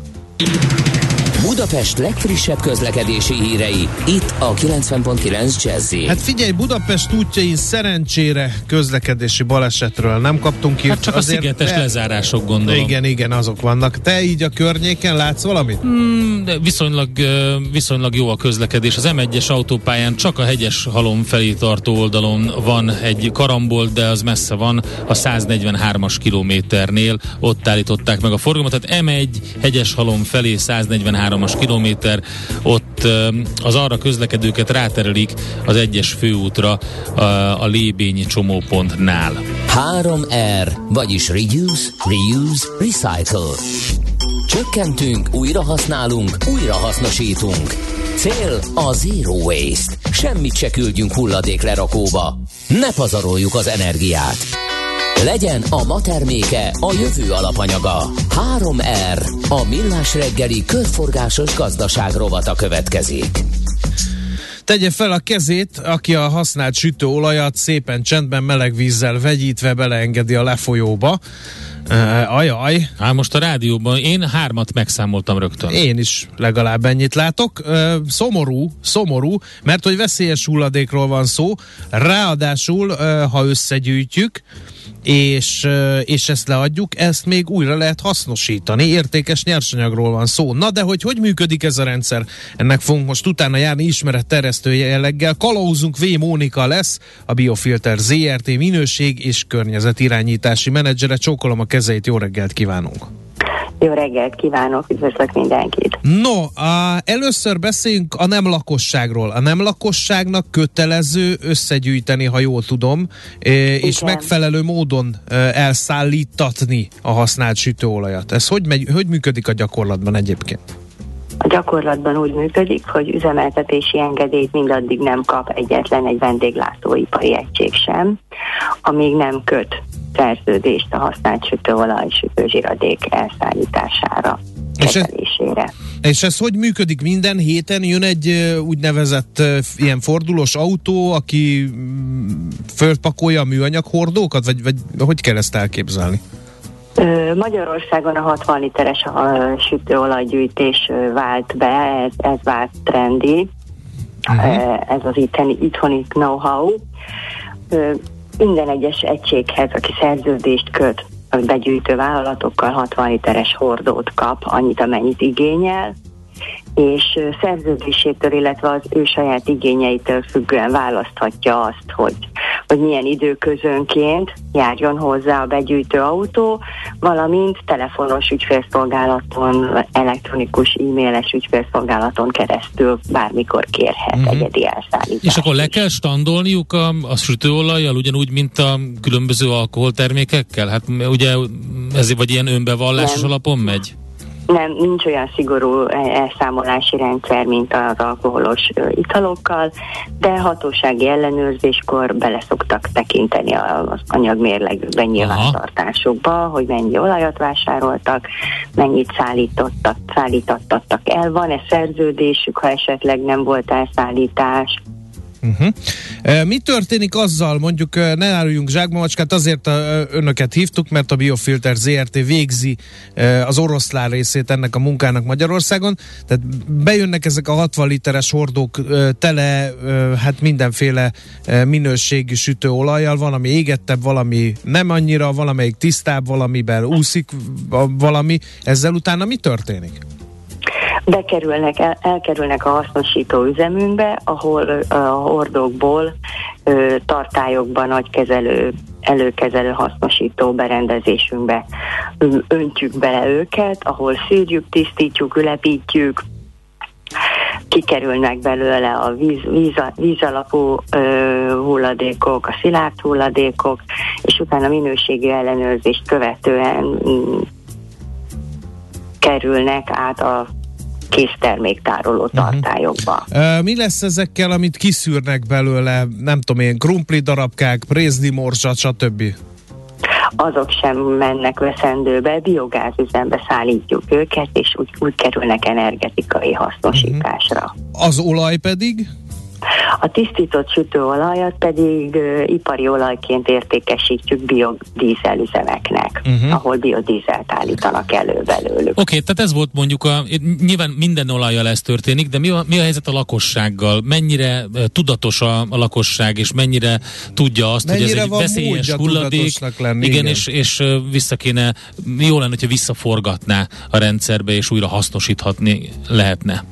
Budapest legfrissebb közlekedési hírei, itt a kilencven pont kilenc Jazzy. Hát figyelj, Budapest útjain szerencsére közlekedési balesetről nem kaptunk ki. Hát csak azért a szigetes de... lezárások, gondolom. Igen, igen, azok vannak. Te így a környéken látsz valamit? Mm, de viszonylag, viszonylag jó a közlekedés. Az em egyes autópályán csak a Hegyeshalom felé tartó oldalon van egy karambol, de az messze van, a száznegyvenhármas kilométernél, ott állították meg a forgalmat, tehát em egy Hegyeshalom felé száznegyvenhárom kilométer, ott az arra közlekedőket ráterelik az egyes főútra a, a Lébényi csomópontnál. három er, vagyis Reduce, Reuse, Recycle. Csökkentünk, újra használunk, újra hasznosítunk. Cél a Zero Waste. Semmit se küldjünk hulladéklerakóba. Ne pazaroljuk az energiát. Legyen a ma terméke a jövő alapanyaga. három er, a Millás reggeli körforgásos gazdaság rovata következik. Tegye fel a kezét, aki a használt sütőolajat szépen csendben meleg vízzel vegyítve beleengedi a lefolyóba. Uh, ajaj. Hát most a rádióban én hármat megszámoltam rögtön. Én is legalább ennyit látok. Uh, szomorú, szomorú, mert hogy veszélyes hulladékról van szó, ráadásul, uh, ha összegyűjtjük, és, és ezt leadjuk, ezt még újra lehet hasznosítani, értékes nyersanyagról van szó. Na de hogy hogy működik ez a rendszer? Ennek fogunk most utána járni ismeretterjesztő jelleggel. Kalauzunk V. Mónika lesz, a Biofilter zé er té minőség és környezetirányítási menedzsere. Csókolom a kezeit, jó reggelt kívánunk! Jó reggelt kívánok, üdvözlök mindenkit. No, a, először beszéljünk a nem lakosságról. A nem lakosságnak kötelező összegyűjteni, ha jól tudom, és Igen. megfelelő módon elszállítatni a használt sütőolajat. Ez hogy, megy, hogy működik a gyakorlatban egyébként? A gyakorlatban úgy működik, hogy üzemeltetési engedélyt mindaddig nem kap egyetlen egy vendéglátóipari egység sem, amíg nem köt szerződést a használt sütőolaj, sütőzsiradék elszállítására, kezelésére. És, és ez hogy működik? Minden héten jön egy uh, úgynevezett uh, ilyen fordulós autó, aki um, fölpakolja a műanyag hordókat, vagy, vagy hogy kell ezt elképzelni? Magyarországon a hatvan literes a sütőolajgyűjtés vált be, ez, ez vált trendi, uh-huh. ez az itthoni, itthoni know-how. Minden egyes egységhez, aki szerződést köt a begyűjtő vállalatokkal, hatvan literes hordót kap, annyit, amennyit igényel, és szerződésétől, illetve az ő saját igényeitől függően választhatja azt, hogy, hogy milyen időközönként járjon hozzá a begyűjtő autó, valamint telefonos ügyfélszolgálaton, elektronikus e-mailes ügyfélszolgálaton keresztül bármikor kérhet uh-huh. egyedi elszállítást. És akkor le kell standolniuk a, a sütőolajjal, ugyanúgy, mint a különböző alkoholtermékekkel? Hát ugye ez vagy ilyen önbevallásos Nem. alapon megy? Nem, nincs olyan szigorú elszámolási rendszer, mint az alkoholos italokkal, de hatósági ellenőrzéskor bele szoktak tekinteni az anyagmérlegükben nyilvántartásukba, hogy mennyi olajat vásároltak, mennyit szállítottak, szállítattak el, van-e szerződésük, ha esetleg nem volt elszállítás. Uh-huh. E, mi történik azzal, mondjuk ne áruljunk zsákba macskát, azért a, önöket hívtuk, mert a Biofilter zé er té végzi e, az oroszlán részét ennek a munkának Magyarországon, tehát bejönnek ezek a hatvan literes hordók e, tele e, hát mindenféle e, minőségű sütőolajjal, valami égettebb, valami nem annyira, valamelyik tisztább, valamiben úszik valami, ezzel utána mi történik? Bekerülnek, el, elkerülnek a hasznosító üzemünkbe, ahol a hordókból ö, tartályokban nagykezelő, előkezelő hasznosító berendezésünkbe öntjük bele őket, ahol szűrjük, tisztítjuk, ülepítjük, kikerülnek belőle a víz, víz, vízalapú ö, hulladékok, a szilárd hulladékok, és utána minőségi ellenőrzést követően m, kerülnek át a készterméktároló tartályokba. Uh-huh. Uh, mi lesz ezekkel, amit kiszűrnek belőle, nem tudom én, krumpli darabkák, prézni morzsat, stb.? Azok sem mennek veszendőbe, biogázüzembe szállítjuk őket, és úgy, úgy kerülnek energetikai hasznosításra. Uh-huh. Az olaj pedig? A tisztított sütőolajat pedig uh, ipari olajként értékesítjük biodízel üzemeknek, uh-huh. ahol biodízelt állítanak elő belőlük. Oké, okay, tehát ez volt mondjuk a, nyilván minden olajjal ez történik, de mi a, mi a helyzet a lakossággal? Mennyire uh, tudatos a, a lakosság, és mennyire tudja azt, mennyire hogy ez egy veszélyes hulladék, lenni, igen, igen, és, és uh, vissza kéne, jó lenne, hogyha visszaforgatná a rendszerbe, és újra hasznosíthatni lehetne.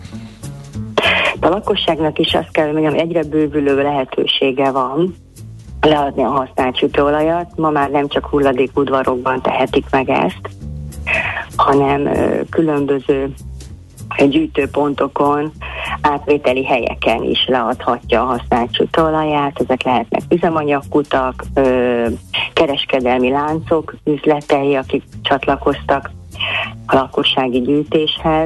A lakosságnak is azt kell, hogy mondjam, egyre bővülő lehetősége van leadni a használt sütőolajat. Ma már nem csak hulladékudvarokban tehetik meg ezt, hanem ö, különböző gyűjtőpontokon, átvételi helyeken is leadhatja a használt sütőolaját. Ezek lehetnek üzemanyagkutak, ö, kereskedelmi láncok, üzletei, akik csatlakoztak a lakossági gyűjtéshez.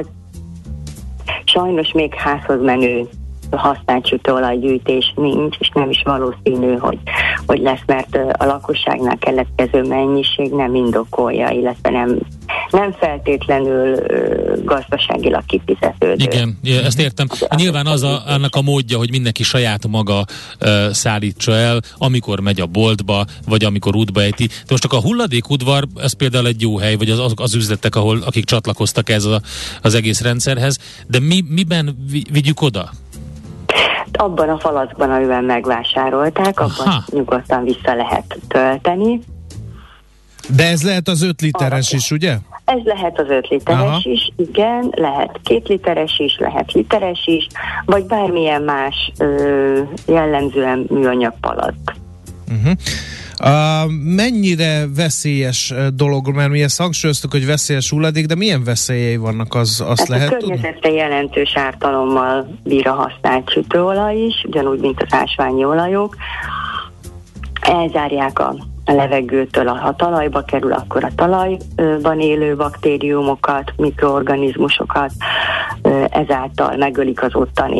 Sajnos még házhoz menő használt sütőolajgyűjtés nincs, és nem is valószínű, hogy, hogy lesz, mert a lakosságnál keletkező mennyiség nem indokolja, illetve nem, nem feltétlenül uh, gazdaságilag kifizetődő. Igen, ja, ezt értem. Nyilván az a, annak a módja, hogy mindenki saját maga uh, szállítsa el, amikor megy a boltba, vagy amikor útba ejti. De most csak a hulladékudvar, ez például egy jó hely, vagy az, az üzletek, ahol akik csatlakoztak ez a, az egész rendszerhez, de mi, miben vigyük oda? Abban a falackban, amiben megvásárolták, abban Aha. nyugodtan vissza lehet tölteni. De ez lehet az öt literes is, ugye? Ez lehet az öt literes Aha. is, igen, lehet két literes is, lehet literes is, vagy bármilyen más ö, jellemzően műanyag palack. Uh-huh. Uh, mennyire veszélyes dolog, mert mi ezt hangsúlyoztuk, hogy veszélyes hulladék, de milyen veszélyei vannak, az, azt hát lehet a környezetre jelentős ártalommal bír a használt sütőolaj is, ugyanúgy, mint az ásványi olajok. Elzárják a a levegőtől, ha talajba kerül, akkor a talajban élő baktériumokat, mikroorganizmusokat, ezáltal megölik az ottani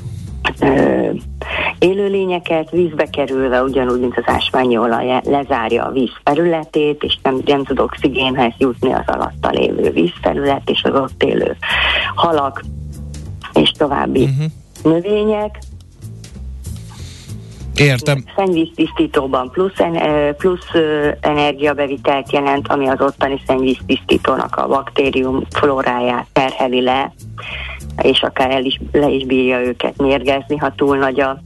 élőlényeket, vízbe kerülve, ugyanúgy, mint az ásványi olaj lezárja a víz felületét, és nem, nem tud oxigénhez jutni az alatta lévő vízfelület, és az ott élő halak, és további uh-huh. növények. Értem. Szennyvíztisztítóban plusz, plusz energiabevitelt jelent, ami az ottani szennyvíztisztítónak a baktérium flóráját terheli le, és akár el is, le is bírja őket mérgezni, ha túl nagy a,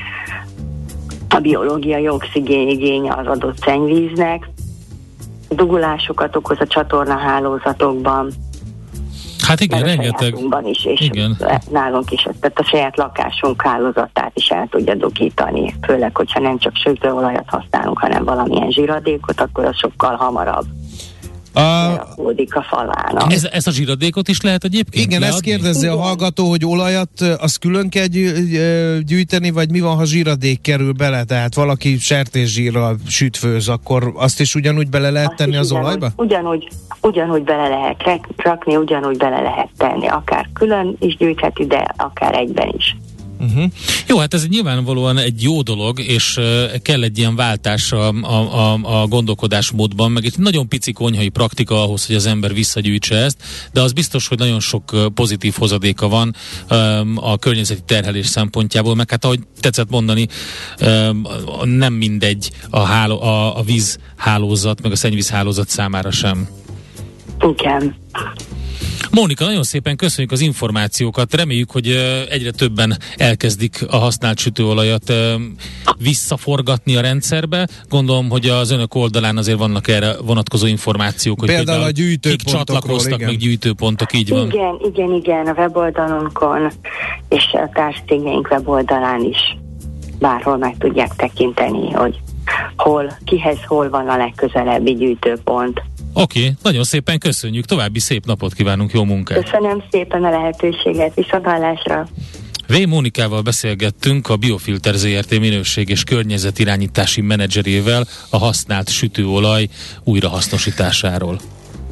a biológiai oxigén igénye az adott szennyvíznek. Dugulásokat okoz a csatornahálózatokban. Hát igen, rengeteg. Is, és igen. nálunk is, tehát a saját lakásunk hálózatát is el tudja dugítani. Főleg, hogyha nem csak sütőolajat használunk, hanem valamilyen zsiradékot, akkor az sokkal hamarabb lerakódik a falának. Ez, ez a zsiradékot is lehet egyébként Igen, leadni? ezt kérdezi a hallgató, hogy olajat az külön kell gyűjteni, vagy mi van, ha zsiradék kerül bele? Tehát valaki sertészsírral sütfőz, akkor azt is ugyanúgy bele lehet azt tenni az ugyanúgy, olajba? Ugyanúgy, ugyanúgy bele lehet rakni, ugyanúgy bele lehet tenni. Akár külön is gyűjtheti, de akár egyben is. Uh-huh. Jó, hát ez nyilvánvalóan egy jó dolog, és uh, kell egy ilyen váltás a, a, a, a gondolkodásmódban, meg egy nagyon pici konyhai praktika ahhoz, hogy az ember visszagyűjtse ezt, de az biztos, hogy nagyon sok uh, pozitív hozadéka van um, a környezeti terhelés szempontjából, meg hát ahogy tetszett mondani, um, nem mindegy a, háló, a, a vízhálózat, meg a szennyvízhálózat számára sem. Igen. Mónika, nagyon szépen köszönjük az információkat, reméljük, hogy egyre többen elkezdik a használt sütőolajat visszaforgatni a rendszerbe. Gondolom, hogy az önök oldalán azért vannak erre vonatkozó információk, hogy például, például a gyűjtőpontokról, kik csatlakoztak, igen. meg gyűjtőpontok, így van. Igen, igen, igen, a weboldalunkon és a társcégeink weboldalán is bárhol meg tudják tekinteni, hogy hol, kihez hol van a legközelebbi gyűjtőpont. Oké, okay, nagyon szépen köszönjük, további szép napot kívánunk, jó munkát! Köszönöm szépen a lehetőséget, viszonthallásra! V. Mónikával beszélgettünk, a Biofilter zé er té minőség és környezetirányítási menedzserével a használt sütőolaj újrahasznosításáról.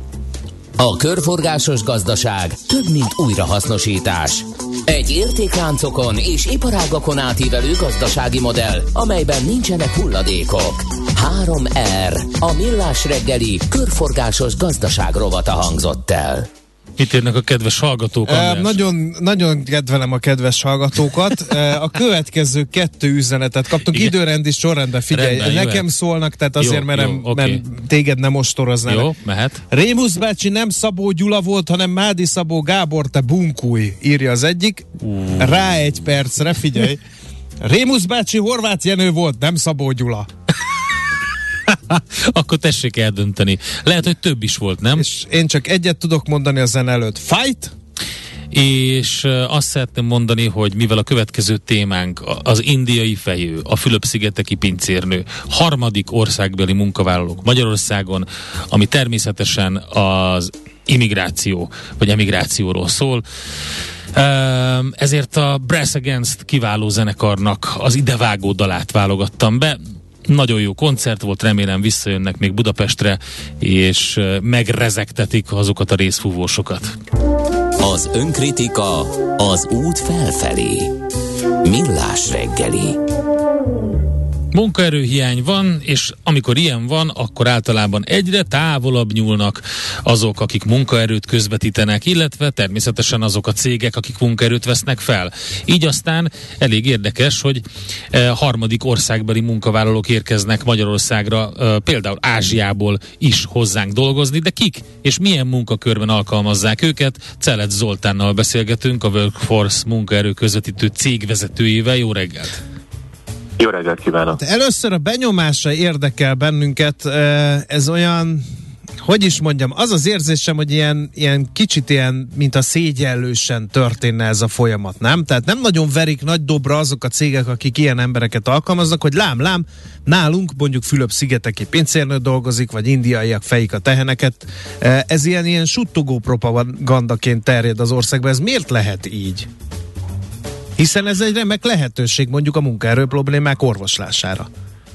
A körforgásos gazdaság több, mint újrahasznosítás. Egy értékláncokon és iparágakon átívelő gazdasági modell, amelyben nincsenek hulladékok. három er, a Millás reggeli körforgásos gazdaság rovata hangzott el. Mit érnek a kedves hallgatók? E, nagyon, nagyon kedvelem a kedves hallgatókat. E, a következő kettő üzenetet kaptunk. Igen. Időrendi sorrendben, figyelj, rendben, nekem jöhet. Szólnak, tehát azért jó, merem, jó, okay. mert téged nem ostoroznának. Jó, mehet. Rémusz bácsi nem Szabó Gyula volt, hanem Mádi Szabó Gábor, te bunkúj, írja az egyik. Uh. Rá egy percre, figyelj. Rémusz bácsi Horváth Jenő volt, nem Szabó Gyula. Akkor tessék eldönteni. Lehet, hogy több is volt, nem? És én csak egyet tudok mondani a zene előtt. Fight! És uh, azt szeretném mondani, hogy mivel a következő témánk az indiai fejő, a Fülöp-szigeteki pincérnő, harmadik országbeli munkavállalók Magyarországon, ami természetesen az immigráció, vagy emigrációról szól, uh, ezért a Brass Against kiváló zenekarnak az idevágó dalát válogattam be. Nagyon jó koncert volt, remélem visszajönnek még Budapestre, és megrezegtetik azokat a részfúvósokat. Az önkritika az út felfelé. Millás reggeli. Munkaerőhiány van, és amikor ilyen van, akkor általában egyre távolabb nyúlnak azok, akik munkaerőt közvetítenek, illetve természetesen azok a cégek, akik munkaerőt vesznek fel. Így aztán elég érdekes, hogy e, harmadik országbeli munkavállalók érkeznek Magyarországra, e, például Ázsiából is hozzánk dolgozni, de kik és milyen munkakörben alkalmazzák őket? Celec Zoltánnal beszélgetünk, a Workforce munkaerő közvetítő cégvezetőjével. Jó reggelt! Jó reggelt kívánok! Először a benyomása érdekel bennünket, ez olyan, hogy is mondjam, az az érzésem, hogy ilyen, ilyen kicsit ilyen, mint a szégyellősen történne ez a folyamat, nem? Tehát nem nagyon verik nagy dobra azok a cégek, akik ilyen embereket alkalmaznak, hogy lám, lám, nálunk mondjuk Fülöp-szigeteki pincérnő dolgozik, vagy indiaiak fejik a teheneket. Ez ilyen, ilyen suttogó propagandaként terjed az országban. Ez miért lehet így? Hiszen ez egy remek lehetőség mondjuk a munkaerő problémák orvoslására.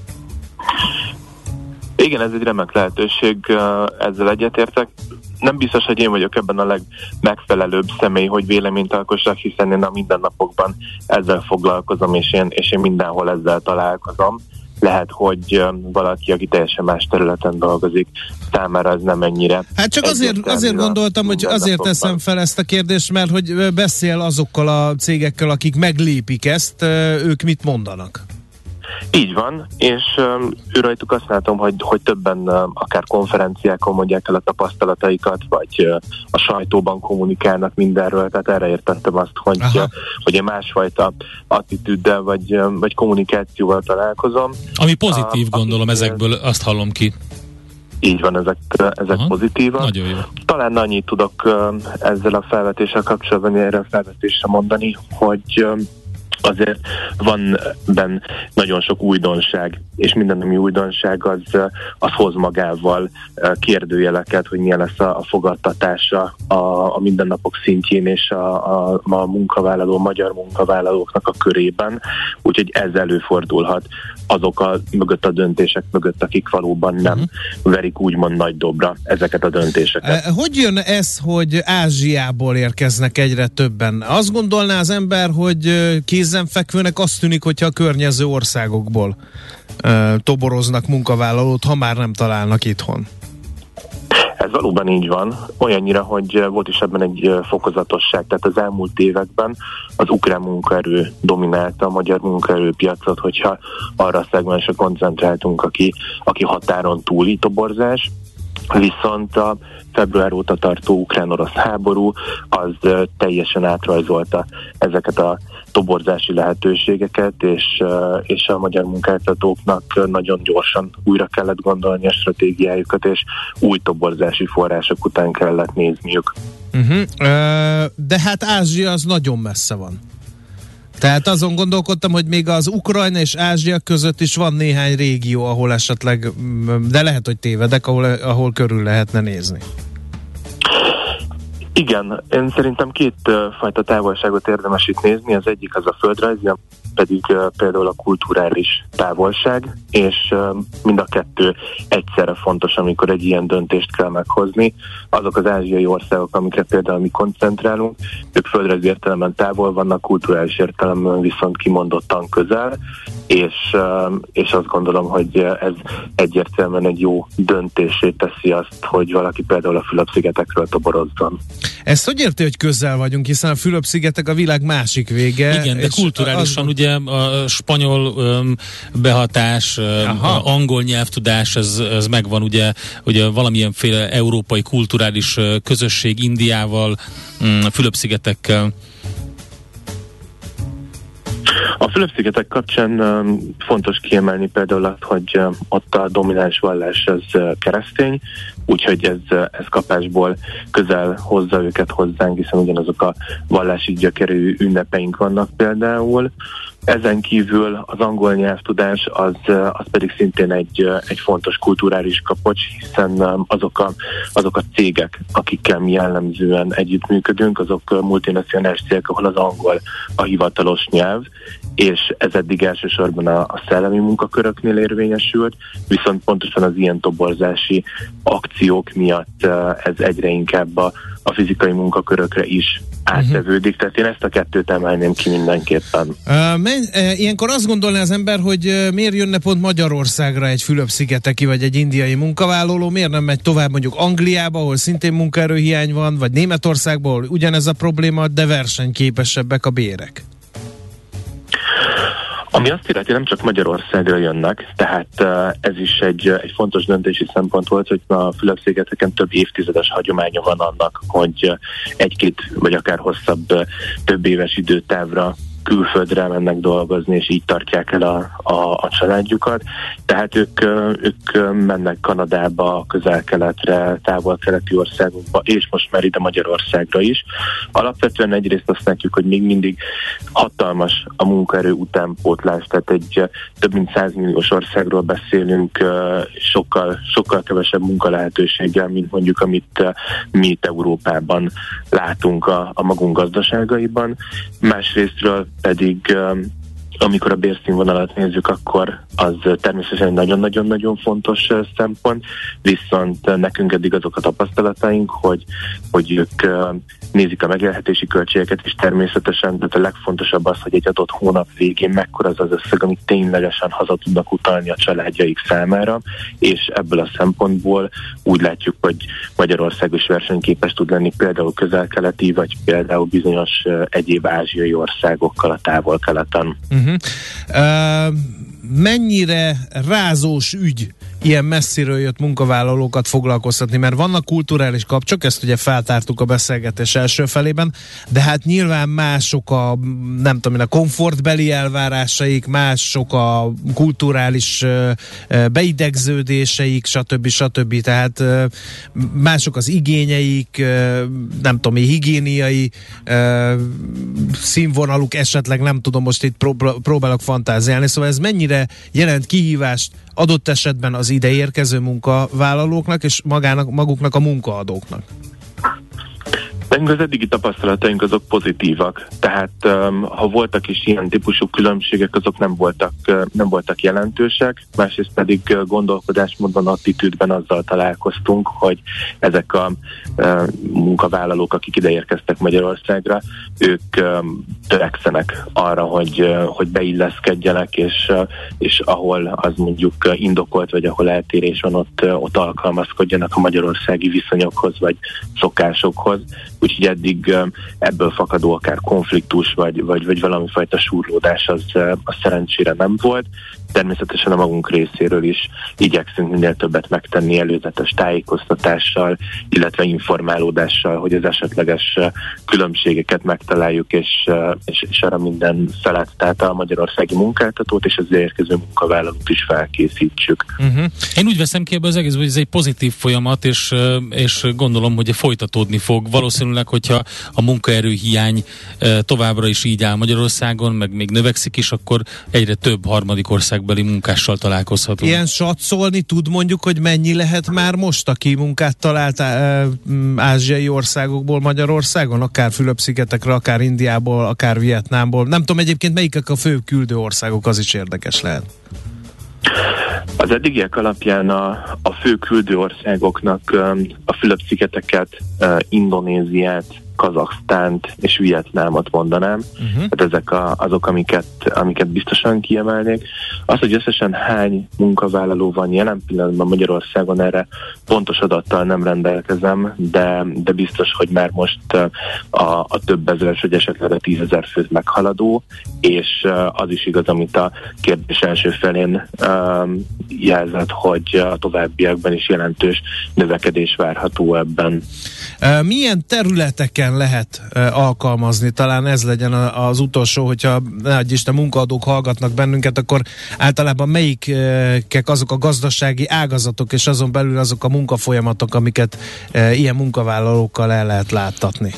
Igen, ez egy remek lehetőség, ezzel egyetértek. Nem biztos, hogy én vagyok ebben a legmegfelelőbb személy, hogy véleményt alkossak, hiszen én a mindennapokban ezzel foglalkozom, és én, és én mindenhol ezzel találkozom. Lehet, hogy valaki, aki teljesen más területen dolgozik, számára ez nem ennyire. Hát csak azért, azért gondoltam, hogy azért teszem fel ezt a kérdést, mert hogy beszél azokkal a cégekkel, akik meglépik ezt, ők mit mondanak? Így van, és um, őrajtuk azt látom, hogy, hogy többen um, akár konferenciákon mondják el a tapasztalataikat, vagy uh, a sajtóban kommunikálnak mindenről, tehát erre értettem azt, hogy, uh, hogy egy másfajta attitűddel vagy, um, vagy kommunikációval találkozom. Ami pozitív, a, gondolom, akik, ezekből azt hallom ki. Így van, ezek, ezek Aha, pozitívak. Nagyon jó. Talán annyit tudok um, ezzel a felvetéssel kapcsolatban erre a felvetésre mondani, hogy um, azért van benne nagyon sok újdonság, és minden, ami újdonság, az, az hoz magával kérdőjeleket, hogy milyen lesz a, a fogadtatása a, a mindennapok szintjén és a, a, a munkavállaló, magyar munkavállalóknak a körében, úgyhogy ez előfordulhat azok a mögött a döntések mögött, akik valóban nem uh-huh. verik úgymond nagy dobra ezeket a döntéseket. Hogy jön ez, hogy Ázsiából érkeznek egyre többen? Azt gondolná az ember, hogy kézenfekvőnek azt tűnik, hogyha a környező országokból uh, toboroznak munkavállalót, ha már nem találnak itthon. Ez valóban így van, olyannyira, hogy volt is ebben egy fokozatosság, tehát az elmúlt években az ukrán munkaerő dominálta a magyar munkaerőpiacot, hogyha arra a szegmensre koncentráltunk, aki, aki határon túli toborzás, viszont a február óta tartó ukrán-orosz háború az teljesen átrajzolta ezeket a toborzási lehetőségeket, és, és a magyar munkáltatóknak nagyon gyorsan újra kellett gondolni a stratégiájukat, és új toborzási források után kellett nézniük. Uh-huh. De hát Ázsia az nagyon messze van. Tehát azon gondolkodtam, hogy még az Ukrajna és Ázsia között is van néhány régió, ahol esetleg, de lehet, hogy tévedek, ahol, ahol körül lehetne nézni. Igen, én szerintem két uh, fajta távolságot érdemes itt nézni, az egyik az a földrajzi, pedig uh, például a kulturális távolság, és uh, mind a kettő egyszerre fontos, amikor egy ilyen döntést kell meghozni. Azok az ázsiai országok, amikre például mi koncentrálunk, ők földrajzi értelemben távol vannak, kulturális értelemben viszont kimondottan közel, és, uh, és azt gondolom, hogy ez egyértelműen egy jó döntésé teszi azt, hogy valaki például a Fülöp-szigetekről toborozzon. Ezt hogy érti, hogy közel vagyunk, hiszen a Fülöp-szigetek a világ másik vége. Igen, de kulturálisan az... ugye a spanyol öm, behatás, öm, angol nyelvtudás, ez, ez megvan, ugye, ugye valamilyenféle európai kulturális közösség Indiával, Fülöp-szigetekkel. A Fülöp-szigetek kapcsán um, fontos kiemelni például azt, hogy um, ott a domináns vallás az uh, keresztény, úgyhogy ez, uh, ez kapásból közel hozza őket hozzánk, hiszen ugyanazok a vallási gyökerű ünnepeink vannak például. Ezen kívül az angol nyelvtudás az, az pedig szintén egy, egy fontos kulturális kapocs, hiszen azok a, azok a cégek, akikkel mi jellemzően együttműködünk, azok multinacionális cégek, ahol az angol a hivatalos nyelv, és ez eddig elsősorban a, a szellemi munkaköröknél érvényesült, viszont pontosan az ilyen toborzási akciók miatt ez egyre inkább a, a fizikai munkakörökre is áttevődik, tehát én ezt a kettőt emelném ki mindenképpen. Uh, men, uh, ilyenkor azt gondolná az ember, hogy uh, miért jönne pont Magyarországra egy Fülöp-szigeteki vagy egy indiai munkavállaló, miért nem megy tovább mondjuk Angliába, ahol szintén munkaerőhiány van, vagy Németországból, ahol ugyanez a probléma, de versenyképesebbek a bérek. Ami azt illeti, nem csak Magyarországra jönnek, tehát uh, ez is egy, egy fontos döntési szempont volt, hogy a Fülöp-szigeteken több évtizedes hagyománya van annak, hogy uh, egy-két vagy akár hosszabb, uh, több éves időtávra külföldre mennek dolgozni, és így tartják el a, a, a családjukat. Tehát ők, ők mennek Kanadába, Közel-Keletre, távol-keleti országokba, és most már ide Magyarországra is. Alapvetően egyrészt azt látjuk, hogy még mindig hatalmas a munkaerő utánpótlás, tehát egy több mint száz milliós országról beszélünk, sokkal, sokkal kevesebb munkalehetőséggel, mint mondjuk amit mi itt Európában látunk a, a magunk gazdaságaiban. Másrésztről pedig amikor a bérszínvonalat nézzük, akkor az természetesen egy nagyon-nagyon-nagyon fontos szempont, viszont nekünk eddig azok a tapasztalataink, hogy, hogy ők nézik a megélhetési költségeket, és természetesen, de a legfontosabb az, hogy egy adott hónap végén mekkora az az összeg, amit ténylegesen haza tudnak utalni a családjaik számára, és ebből a szempontból úgy látjuk, hogy Magyarország is versenyképes tud lenni például közel-keleti, vagy például bizonyos egyéb ázsiai országokkal a távol-keleten. Uh-huh. Uh, mennyire rázós ügy ilyen messziről jött munkavállalókat foglalkoztatni, mert vannak kulturális kapcsok, ezt ugye feltártuk a beszélgetés első felében, de hát nyilván mások a, nem tudom, a komfortbeli elvárásaik, mások a kulturális beidegződéseik, stb. stb. Tehát mások az igényeik, nem tudom, higiéniai színvonaluk esetleg, nem tudom, most itt próbálok fantáziálni, szóval ez mennyire jelent kihívást adott esetben az ide érkező munkavállalóknak és magának, maguknak a munkaadóknak? Az eddigi tapasztalataink azok pozitívak, tehát um, ha voltak is ilyen típusú különbségek, azok nem voltak, uh, nem voltak jelentősek, másrészt pedig uh, gondolkodásmódban, attitűdben azzal találkoztunk, hogy ezek a uh, munkavállalók, akik ide érkeztek Magyarországra, ők um, törekszenek arra, hogy, uh, hogy beilleszkedjenek, és, uh, és ahol az mondjuk indokolt, vagy ahol eltérés van, ott, uh, ott alkalmazkodjanak a magyarországi viszonyokhoz, vagy szokásokhoz. Úgyhogy eddig ebből fakadó akár konfliktus, vagy, vagy, vagy valami fajta súrlódás az, az szerencsére nem volt. Természetesen a magunk részéről is igyekszünk minél többet megtenni előzetes tájékoztatással, illetve informálódással, hogy az esetleges különbségeket megtaláljuk, és, és, és arra minden felett, tehát a magyarországi munkáltatót és az érkező munkavállalót is felkészítsük. Uh-huh. Én úgy veszem ki ebből az egész, hogy ez egy pozitív folyamat, és, és gondolom, hogy folytatódni fog. Valószínűleg, hogyha a munkaerő hiány továbbra is így áll Magyarországon, meg még növekszik is, akkor egyre több harmadik országbeli munkással találkozhatunk. Ilyen satszolni tud mondjuk, hogy mennyi lehet már most, aki munkát talált á, ázsiai országokból Magyarországon, akár Fülöp-szigetekre, akár Indiából, akár Vietnámból. Nem tudom egyébként melyikek a fő küldő országok, az is érdekes lehet. Az eddigiek alapján a, a fő küldő országoknak a Fülöp-szigeteket, Indonéziát, Kazaksztánt és Vietnámot mondanám. Uh-huh. Hát ezek a, azok, amiket, amiket biztosan kiemelnék. Az, hogy összesen hány munkavállaló van jelen pillanatban Magyarországon, erre pontos adattal nem rendelkezem, de, de biztos, hogy már most a, a több ezeres, vagy esetleg a tízezer főt meghaladó, és az is igaz, amit a kérdés első felén um, jelzett, hogy a továbbiakban is jelentős növekedés várható ebben. Milyen területeken lehet uh, alkalmazni? Talán ez legyen az utolsó, hogyha ne adj Isten, munkaadók hallgatnak bennünket, akkor általában melyikek azok a gazdasági ágazatok, és azon belül azok a munkafolyamatok, amiket uh, ilyen munkavállalókkal el lehet láttatni?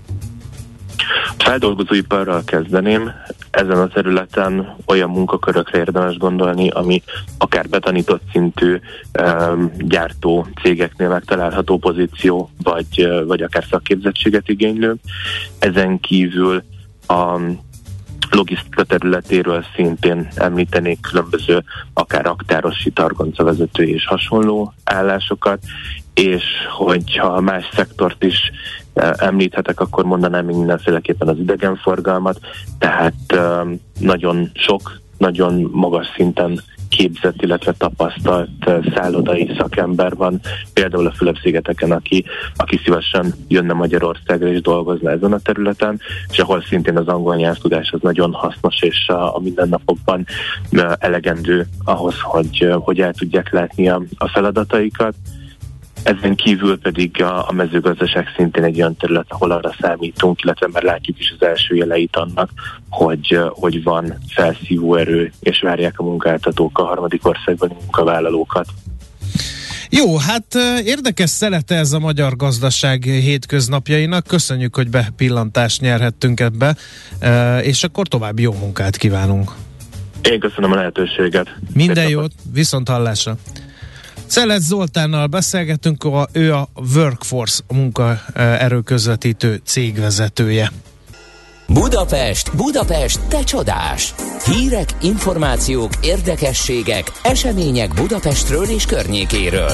Feldolgozóiparral kezdeném. Ezen a területen olyan munkakörökre érdemes gondolni, ami akár betanított szintű um, gyártó cégeknél megtalálható pozíció, vagy, vagy akár szakképzettséget igénylő. Ezen kívül a logisztika területéről szintén említenék különböző akár aktárosi, targoncavezető és hasonló állásokat, és hogyha más szektort is említhetek, akkor mondanám még mindenféleképpen az idegenforgalmat, tehát um, nagyon sok, nagyon magas szinten képzett, illetve tapasztalt uh, szállodai szakember van, például a Fülöp-szigeteken, aki, aki szívesen jönne Magyarországra és dolgozna ezen a területen, és ahol szintén az angol nyelvtudás az nagyon hasznos, és a, a mindennapokban uh, elegendő ahhoz, hogy, uh, hogy el tudják látni a, a feladataikat. Ezen kívül pedig a, a mezőgazdaság szintén egy olyan terület, ahol arra számítunk, illetve már látjuk is az első jeleit annak, hogy, hogy van felszívó erő, és várják a munkáltatók a harmadik országbeli munkavállalókat. Jó, hát érdekes szelete ez a magyar gazdaság hétköznapjainak. Köszönjük, hogy bepillantást nyerhettünk ebbe, és akkor további jó munkát kívánunk. Én köszönöm a lehetőséget. Minden jót, viszont hallásra. Szelet Zoltánnal beszélgetünk, a, ő a Workforce munkaerő közvetítő cégvezetője. Budapest, Budapest, te csodás! Hírek, információk, érdekességek, események Budapestről és környékéről.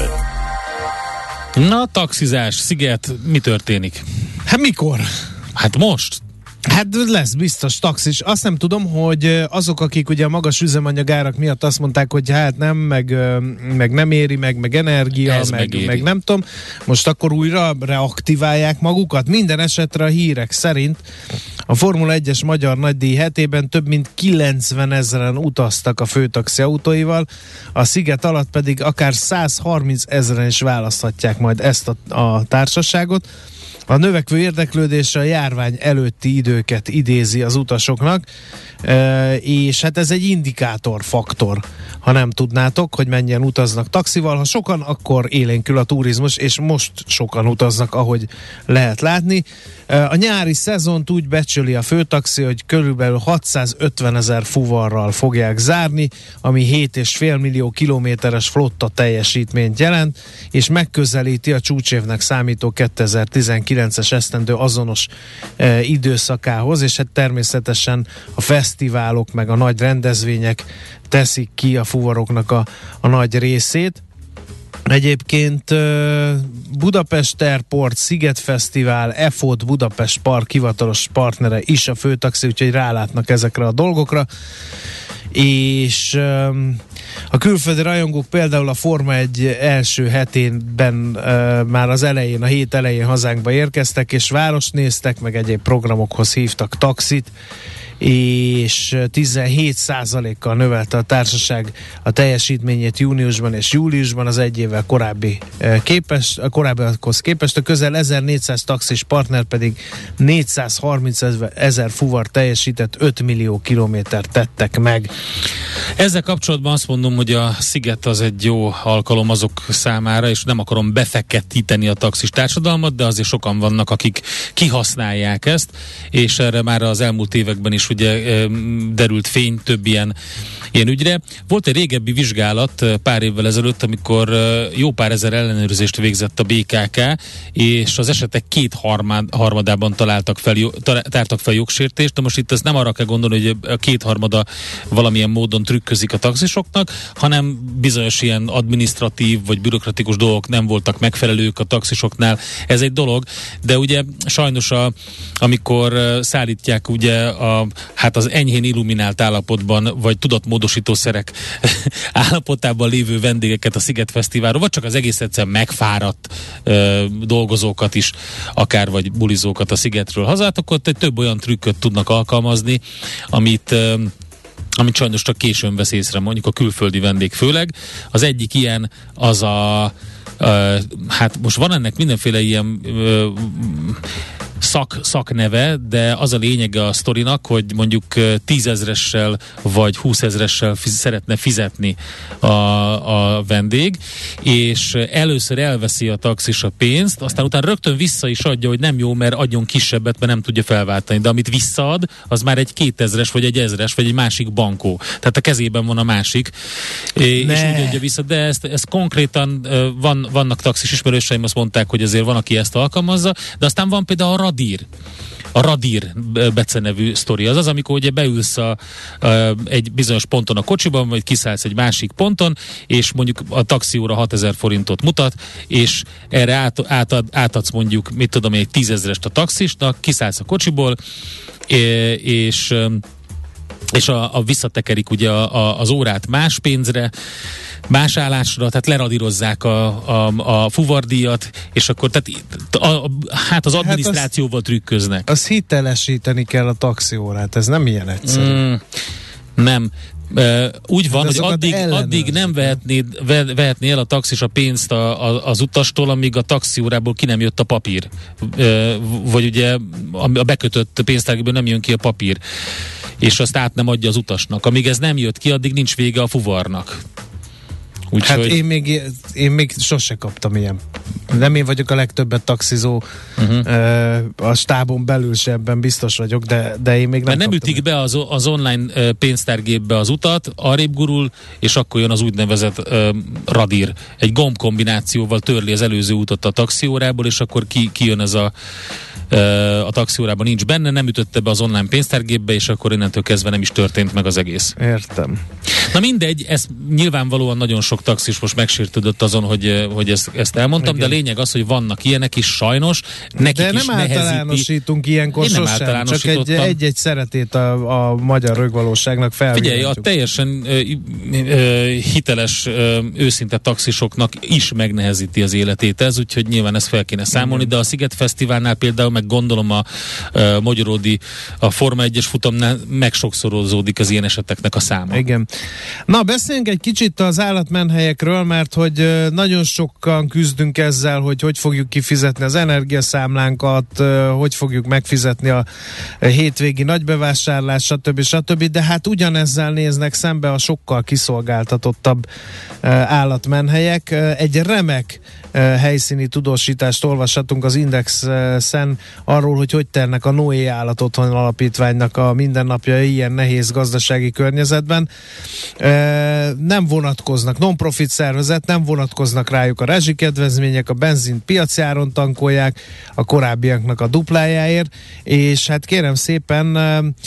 Na, taxizás, Sziget, mi történik? Hát mikor? Hát most. Hát lesz biztos taxis. Azt nem tudom, hogy azok, akik ugye a magas üzemanyagárak miatt azt mondták, hogy hát nem, meg, meg nem éri, meg, meg energia, meg, meg nem tudom, most akkor újra reaktiválják magukat. Minden esetre a hírek szerint a Formula egyes magyar nagydíj hetében több mint kilencven ezeren utaztak a főtaxi autóival, a Sziget alatt pedig akár százharminc ezeren is választhatják majd ezt a, a társaságot. A növekvő érdeklődés a járvány előtti időket idézi az utasoknak, és hát ez egy indikátorfaktor, ha nem tudnátok, hogy mennyien utaznak taxival. Ha sokan, akkor élénkül a turizmus, és most sokan utaznak, ahogy lehet látni. A nyári szezont úgy becsüli a főtaxi, hogy körülbelül hatszázötven ezer fuvarral fogják zárni, ami hét egész öt millió kilométeres flotta teljesítményt jelent, és megközelíti a csúcsévnek számító kétezer-tizenkilences esztendő azonos e, időszakához, és hát természetesen a fesztiválok meg a nagy rendezvények teszik ki a fuvaroknak a, a nagy részét. Egyébként Budapest Airport, Sziget Fesztivál, e f o t Budapest Park hivatalos partnere is a főtaxi, úgyhogy rálátnak ezekre a dolgokra. És a külföldi rajongók például a Forma egy első hetében már az elején, a hét elején hazánkba érkeztek, és várost néztek, meg egyéb programokhoz hívtak taxit, és tizenhét százalékkal növelte a társaság a teljesítményét júniusban és júliusban az egy évvel korábbi képes, a korábbiakhoz képest. A közel ezernégyszáz taxis partner pedig négyszázharminc ezer fuvar teljesített, öt millió kilométert tettek meg. Ezzel kapcsolatban azt mondom, hogy a Sziget az egy jó alkalom azok számára, és nem akarom befeketíteni a taxis társadalmat, de azért sokan vannak, akik kihasználják ezt, és erre már az elmúlt években is ugye derült fény több ilyen, ilyen ügyre. Volt egy régebbi vizsgálat pár évvel ezelőtt, amikor jó pár ezer ellenőrzést végzett a bé ká ká, és az esetek két harmad, harmadában találtak fel, tártak fel jogsértést. De most itt ezt nem arra kell gondolni, hogy a kétharmada valamilyen módon trükközik a taxisoknak, hanem bizonyos ilyen adminisztratív vagy bürokratikus dolgok nem voltak megfelelők a taxisoknál. Ez egy dolog, de ugye sajnos a, amikor szállítják ugye a, hát az enyhén illuminált állapotban, vagy tudatmódosítószerek állapotában lévő vendégeket a Sziget Fesztiválra, vagy csak az egész egyszer megfáradt ö, dolgozókat is, akár vagy bulizókat a Szigetről hazát, akkor több olyan trükköt tudnak alkalmazni, amit ö, amit sajnos csak későn vesz észre, mondjuk a külföldi vendég főleg. Az egyik ilyen az a uh, hát most van ennek mindenféle ilyen uh, szak, szakneve, de az a lényege a sztorinak, hogy mondjuk tízezressel vagy húszezressel fiz- szeretne fizetni a, a vendég, és először elveszi a taxis a pénzt, aztán utána rögtön vissza is adja, hogy nem jó, mert adjon kisebbet, mert nem tudja felváltani, de amit visszaad, az már egy kétezres, vagy egy ezres, vagy egy másik bankó. Tehát a kezében van a másik, és úgy adja vissza, de ezt, ezt konkrétan van, vannak taxis ismerőseim, azt mondták, hogy azért van, aki ezt alkalmazza, de aztán van például a radír. A radír becenevű sztori az az, amikor ugye beülsz a, a, egy bizonyos ponton a kocsiban, vagy kiszállsz egy másik ponton, és mondjuk a taxióra hatezer forintot mutat, és erre át, átad, átadsz mondjuk, mit tudom, egy tízezrest a taxisnak, kiszállsz a kocsiból, és és a, a visszatekerik ugye a, a, az órát más pénzre, más állásra, tehát leradírozzák a, a, a fuvardíjat, és akkor tehát a, a, hát az adminisztrációval hát trükköznek. Az hitelesíteni kell a taxiórát, ez nem ilyen egyszerű. Mm, nem. Uh, úgy van, hogy addig, addig nem vehetnéd, ve, vehetné el a taxis a pénzt a, a, az utastól, amíg a taxiórából ki nem jött a papír. Uh, vagy ugye a bekötött pénztárgéből nem jön ki a papír, és azt át nem adja az utasnak. Amíg ez nem jött ki, addig nincs vége a fuvarnak. Úgy, hát hogy... én, még, én még sose kaptam ilyen. Nem én vagyok a legtöbbet taxizó, uh-huh. a stábon belül se, ebben biztos vagyok, de, de én még nem Mert nem ütik be az, az online pénztárgépbe az utat, arrébb gurul, és akkor jön az úgynevezett uh, radír. Egy gombkombinációval törli az előző utat a taxiórából, és akkor ki, ki jön ez a a taxiórában nincs benne, nem ütötte be az online pénztárgépbe, és akkor innentől kezdve nem is történt meg az egész. Értem. Na mindegy, ez nyilvánvalóan nagyon sok taxis most megsértődött azon, hogy, hogy ezt, ezt elmondtam, igen. De lényeg az, hogy vannak ilyenek is sajnos, nekik de is nem nehezíti. Ilyenkor Én nem sosem, csak egy, egy-egy szeretét a, a magyar rögvalóságnak felvilágítjuk. Figyelj, a teljesen ö, ö, hiteles, ö, őszinte taxisoknak is megnehezíti az életét ez, úgyhogy nyilván ezt fel kéne számolni, igen. De a Sziget Fesztiválnál például meg gondolom a uh, magyaródi, a Forma egyes futamnál megsokszorozódik az ilyen eseteknek a száma. Igen. Na, beszéljünk egy kicsit az állatmenhelyekről, mert hogy uh, nagyon sokan küzdünk ezzel, hogy hogy fogjuk kifizetni az energiaszámlánkat, uh, hogy fogjuk megfizetni a, a hétvégi nagybevásárlást, stb. stb. De hát ugyanezzel néznek szembe a sokkal kiszolgáltatottabb uh, állatmenhelyek. Uh, egy remek uh, helyszíni tudósítást olvashatunk az Indexen arról, hogy hogy ternek a Noé Állatotthon Alapítványnak a mindennapjai ilyen nehéz gazdasági környezetben. E, nem vonatkoznak, non-profit szervezet, nem vonatkoznak rájuk a rezsikedvezmények, a benzint piaci áron tankolják, a korábbiaknak a duplájáért, és hát kérem szépen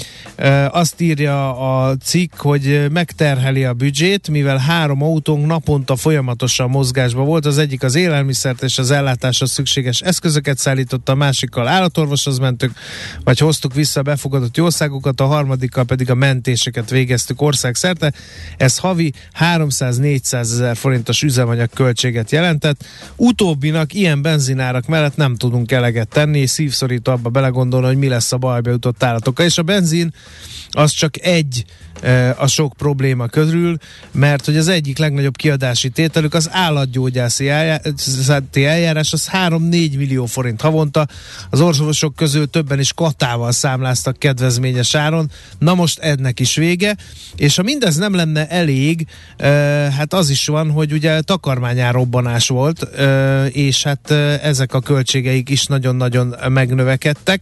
e, azt írja a cikk, hogy megterheli a büdzsét, mivel három autónk naponta folyamatosan mozgásban volt, az egyik az élelmiszert és az ellátásra szükséges eszközöket szállította, a másikkal állatorvoshoz mentük, vagy hoztuk vissza a befogadott jószágokat, a harmadikkal pedig a mentéseket végeztük országszerte. Ez havi háromszáz-négyszázezer forintos üzemanyag költséget jelentett. Utóbbinak ilyen benzinárak mellett nem tudunk eleget tenni, és szívszorító abba belegondolni, hogy mi lesz a bajba jutott állatokkal. És a benzin az csak egy a sok probléma körül, mert hogy az egyik legnagyobb kiadási tételük az állatgyógyászi eljárás, az három-négy millió forint havonta. Az orvosok közül többen is katával számláztak kedvezményes áron. Na most ennek is vége, és ha mindez nem lenne elég, hát az is van, hogy ugye takarmányárrobbanás volt, és hát ezek a költségeik is nagyon-nagyon megnövekedtek,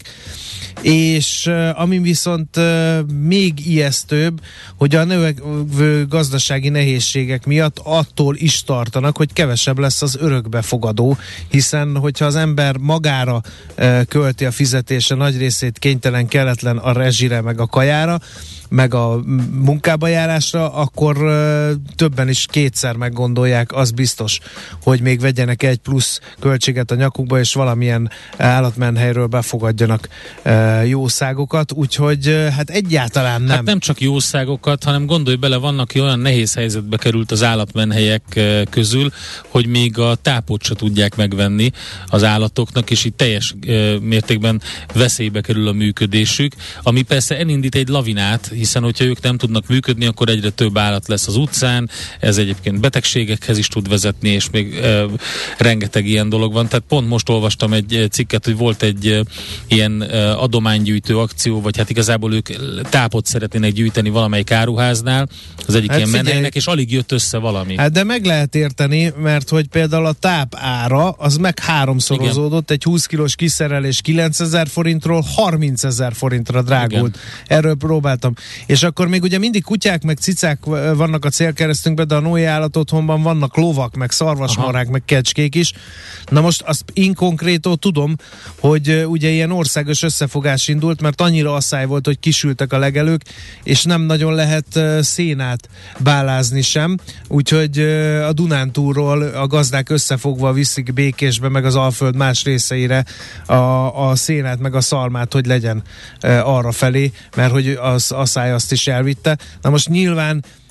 és ami viszont még ijesztőbb, hogy a növekvő gazdasági nehézségek miatt attól is tartanak, hogy kevesebb lesz az örökbefogadó, hiszen hogyha az ember magára költi a fizetése nagy részét, kénytelen, kelletlen a rezsire meg a kajára, meg a munkába járásra, akkor uh, többen is kétszer meggondolják, az biztos, hogy még vegyenek egy plusz költséget a nyakukba, és valamilyen állatmenhelyről befogadjanak uh, jószágokat, úgyhogy uh, hát egyáltalán nem. Hát nem csak jószágokat, hanem gondolj bele, vannak, aki olyan nehéz helyzetbe került az állatmenhelyek uh, közül, hogy még a tápot se tudják megvenni az állatoknak, és így teljes uh, mértékben veszélybe kerül a működésük, ami persze elindít egy lavinát, hiszen hogyha ők nem tudnak működni, akkor egyre több állat lesz az utcán, ez egyébként betegségekhez is tud vezetni, és még e, rengeteg ilyen dolog van. Tehát pont most olvastam egy cikket, hogy volt egy e, ilyen e, adománygyűjtő akció, vagy hát igazából ők tápot szeretnének gyűjteni valamelyik áruháznál, az egyik hát ilyen menhelynek, és alig jött össze valami. Hát de meg lehet érteni, mert hogy például a táp ára, az meg háromszorozódott, igen. Egy húsz kilós kiszerelés kilencezer forintról harmincezer forintra drágult. Igen. Erről próbáltam. És akkor még ugye mindig kutyák meg cicák vannak a célkeresztünkben, de a Noé Állatotthonban vannak lovak, meg szarvasmarhák, aha, meg kecskék is. Na most azt én konkrétól tudom, hogy ugye ilyen országos összefogás indult, mert annyira asszály volt, hogy kisültek a legelők, és nem nagyon lehet szénát bálázni sem, úgyhogy a Dunántúlról a gazdák összefogva viszik Békésbe, meg az Alföld más részeire a, a szénát, meg a szalmát, hogy legyen arra felé, mert hogy az asszály azt is elvitte. Na most nyilván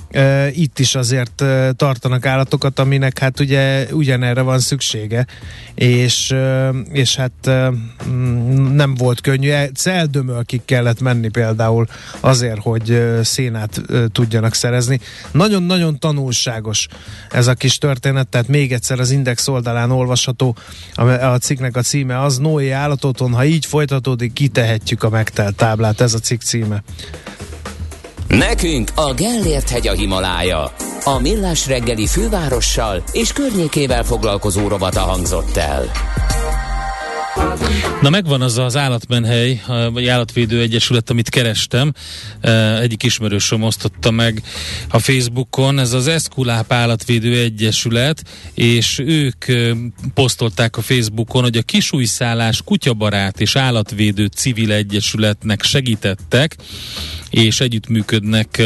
uh, itt is azért uh, tartanak állatokat, aminek hát ugye ugyanerre van szüksége, és, uh, és hát uh, nem volt könnyű, Celdömölkig kellett menni például azért, hogy uh, szénát uh, tudjanak szerezni. Nagyon-nagyon tanulságos ez a kis történet, tehát még egyszer az Index oldalán olvasható, a, a cikknek a címe az: Noé állatotthon, ha így folytatódik, kitehetjük a megtelt táblát, ez a cikk címe. Nekünk a Gellért hegy a Himalája. A Millás reggeli fővárossal és környékével foglalkozó rovata hangzott el. Na, megvan az az állatmenhely, vagy állatvédő egyesület, amit kerestem. Egyik ismerősöm osztotta meg a Facebookon. Ez az Eszkuláp állatvédő egyesület, és ők posztolták a Facebookon, hogy a Kisújszállás kutyabarát és állatvédő civil egyesületnek segítettek, és együttműködnek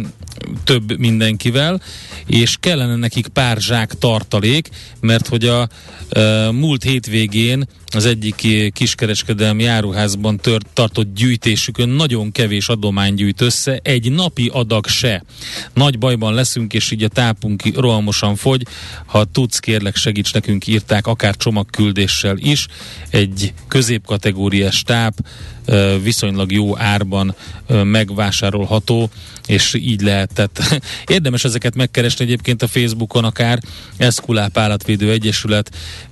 több mindenkivel, és kellene nekik pár zsák tartalék, mert hogy a, a múlt hétvégén az egyik kiskereskedelmi áruházban tört, tartott gyűjtésükön nagyon kevés adomány gyűjt össze, egy napi adag se. Nagy bajban leszünk, és így a tápunk rohamosan fogy. Ha tudsz, kérlek, segíts nekünk, írták, akár csomagküldéssel is. Egy középkategóriás táp, viszonylag jó árban megvásárolható, és így lehetett. Érdemes ezeket megkeresni egyébként a Facebookon, akár Eszkuláp állatvédő egyesület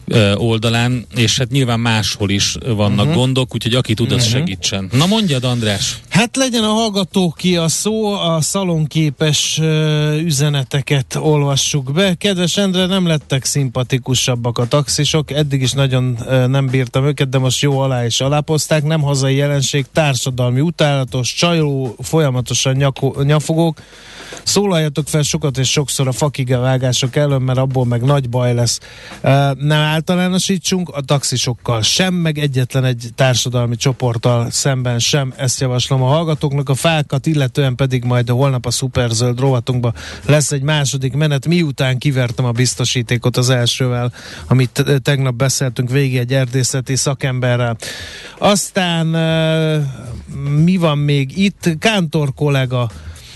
oldalán, és hát nyilván máshol is vannak uh-huh. gondok, úgyhogy aki tud, az uh-huh. segítsen. Na, mondjad, András! Hát legyen a hallgatóké a szó, a szalonképes uh, üzeneteket olvassuk be. Kedves Endre, nem lettek szimpatikusabbak a taxisok, eddig is nagyon uh, nem bírtam őket, de most jó alá is alápozták, nem hazai jelenség, társadalmi utálatos, csajló, folyamatosan nyako, nyafogók. Szólaljatok fel sokat és sokszor a fakigavágások ellen, mert abból meg nagy baj lesz. Uh, nem általánosítsunk, a taxisokkal sem, meg egyetlen egy társadalmi csoporttal szemben sem, ezt javaslom a hallgatóknak. A fákat illetően pedig majd a holnap a szuperzöld rovatunkban lesz egy második menet, miután kivertem a biztosítékot az elsővel, amit tegnap beszéltünk végig egy erdészeti szakemberrel. Aztán uh, mi van még itt? Kántor kollega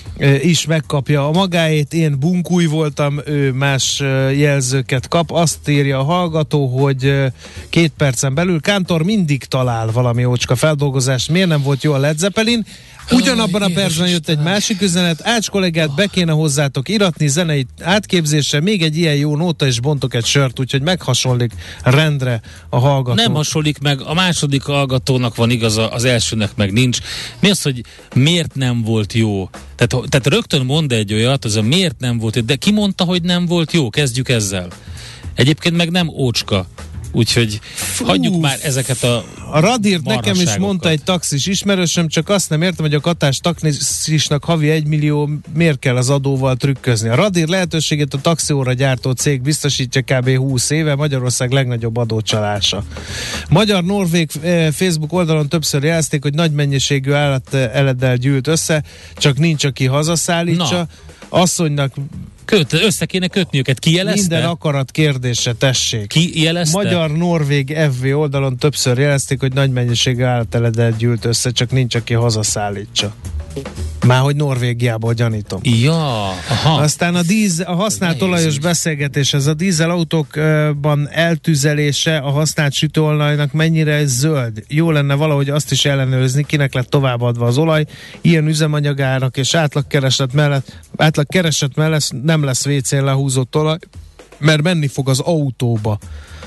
is megkapja a magáét, én bunkúj voltam, ő más jelzőket kap. Azt írja a hallgató, hogy két percen belül Kántor mindig talál valami ócska feldolgozást. Miért nem volt jó a Led Zeppelin? Ugyanabban a percben jött egy másik üzenet: Ács kollégát be kéne hozzátok iratni zenei átképzésre, még egy ilyen jó nóta, és bontok egy sört, úgyhogy meghasonlik rendre a hallgató. Nem hasonlik meg, a második hallgatónak van igaza, az elsőnek meg nincs. Mi az, hogy miért nem volt jó? Tehát, tehát rögtön mondd egy olyat, az a miért nem volt jó, de ki mondta, hogy nem volt jó? Kezdjük ezzel. Egyébként meg nem ócska. Úgyhogy Fú, hagyjuk már ezeket a A Radírt nekem is mondta egy taxis ismerősöm, csak azt nem értem, hogy a katás taxisnak havi egy millió miért kell az adóval trükközni. A Radír lehetőségét a taxióra gyártó cég biztosítja kb. húsz éve, Magyarország legnagyobb adócsalása. Magyar-norvég Facebook oldalon többször jelezték, hogy nagy mennyiségű állat eleddel gyűlt össze, csak nincs, aki hazaszállítsa. Na. Asszonynak Köt, össze kéne kötni őket. Ki jelezte? Minden akarat kérdése, tessék. Ki jelezte? Magyar-norvég ef vé oldalon többször jelezték, hogy nagy mennyiségű állateledel gyűlt össze, csak nincs, aki hazaszállítsa. Már hogy Norvégiából gyanítom. Ja, aha. Aztán a, díz, a használt olajos beszélgetés, ez a dízelautókban eltüzelése a használt sütőolajnak mennyire zöld. Jó lenne valahogy azt is ellenőrizni, kinek lett továbbadva az olaj. Ilyen üzemanyagárak és átlagkereslet mellett, átlagkereslet mellett nem lesz vé cén lehúzott olaj, mert menni fog az autóba.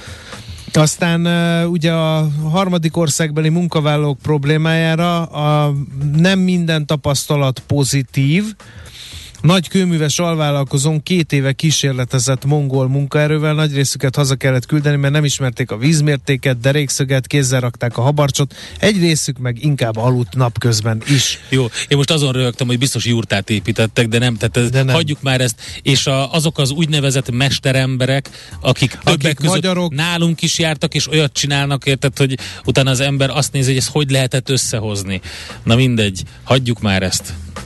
Aztán uh, ugye a harmadik országbeli munkavállalók problémájára a nem minden tapasztalat pozitív. Nagy kőműves alvállalkozón két éve kísérletezett mongol munkaerővel, nagy részüket haza kellett küldeni, mert nem ismerték a vízmértéket, derékszöget, kézzel rakták a habarcsot, egy részük meg inkább aludt napközben is. Jó, én most azon röhögtem, hogy biztos jurtát építettek, de nem, tehát ez, de nem. Hagyjuk már ezt, és a, azok az úgynevezett mesteremberek, akik többek akik között magyarok, nálunk is jártak, és olyat csinálnak, érted, hogy utána az ember azt nézi, hogy ezt hogy lehetett összehozni. Na mindegy, hagyjuk már ezt.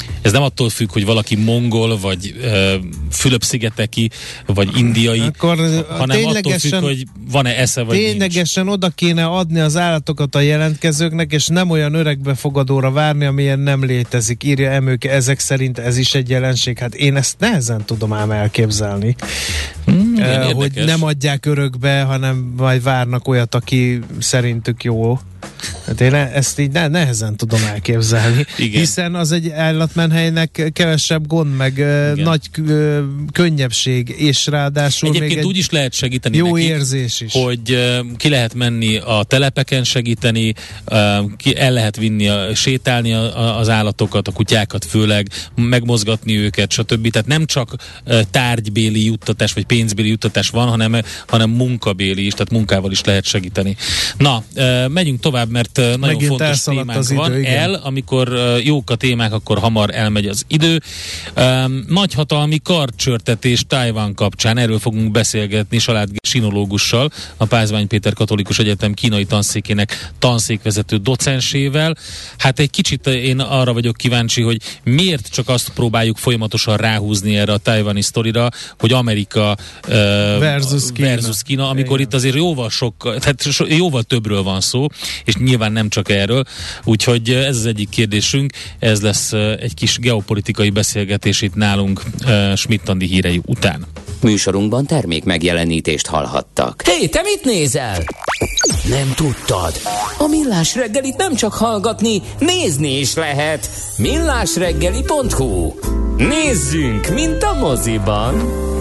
Ez nem attól függ, hogy valaki mongol, vagy uh, Fülöp-szigeteki, vagy indiai, akkor hanem attól függ, hogy van-e esze, vagy ténylegesen nincs. Oda kéne adni az állatokat a jelentkezőknek, és nem olyan öregbefogadóra várni, amilyen nem létezik. Írja Emőke, ezek szerint ez is egy jelenség. Hát én ezt nehezen tudom ám elképzelni. Hmm, uh, hogy nem adják örökbe, hanem majd várnak olyat, aki szerintük jó. Hát én ezt így ne, nehezen tudom elképzelni. Igen. Hiszen az egy állatmenhelynek kevesebb gond, meg igen. nagy ö, könnyebbség, és ráadásul egyébként még egy úgy is lehet segíteni jó nekik, érzés is. hogy uh, ki lehet menni a telepeken segíteni, uh, ki el lehet vinni, a, sétálni a, a, az állatokat, a kutyákat főleg, megmozgatni őket, stb. Tehát nem csak uh, tárgybéli juttatás, vagy pénzbéli juttatás van, hanem, hanem munkabéli is, tehát munkával is lehet segíteni. Na, uh, megyünk tovább, mert uh, nagyon megint fontos témánk az idő, van. igen. El, amikor uh, jók a témák, akkor hamar elmegy az idő. Um, nagyhatalmi karcsörtetés Tajvan kapcsán, erről fogunk beszélgetni Salád sinológussal, a Pázmány Péter Katolikus Egyetem kínai tanszékének tanszékvezető docensével. Hát egy kicsit én arra vagyok kíváncsi, hogy miért csak azt próbáljuk folyamatosan ráhúzni erre a tajvani sztorira, hogy Amerika uh, versus, Kína. versus Kína, amikor igen. itt azért jóval sok, tehát jóval többről van szó, és nyilván nem csak erről. Úgyhogy ez az egyik kérdésünk, ez lesz egy kis geopolitikai beszélgetés itt nálunk uh, Schmidt-Andi hírei után. Műsorunkban termék megjelenítést hallhattak. Hé, hey, te mit nézel? Nem tudtad? A Millás reggelit nem csak hallgatni, nézni is lehet. millásreggeli pont hu. Nézzünk, mint a moziban.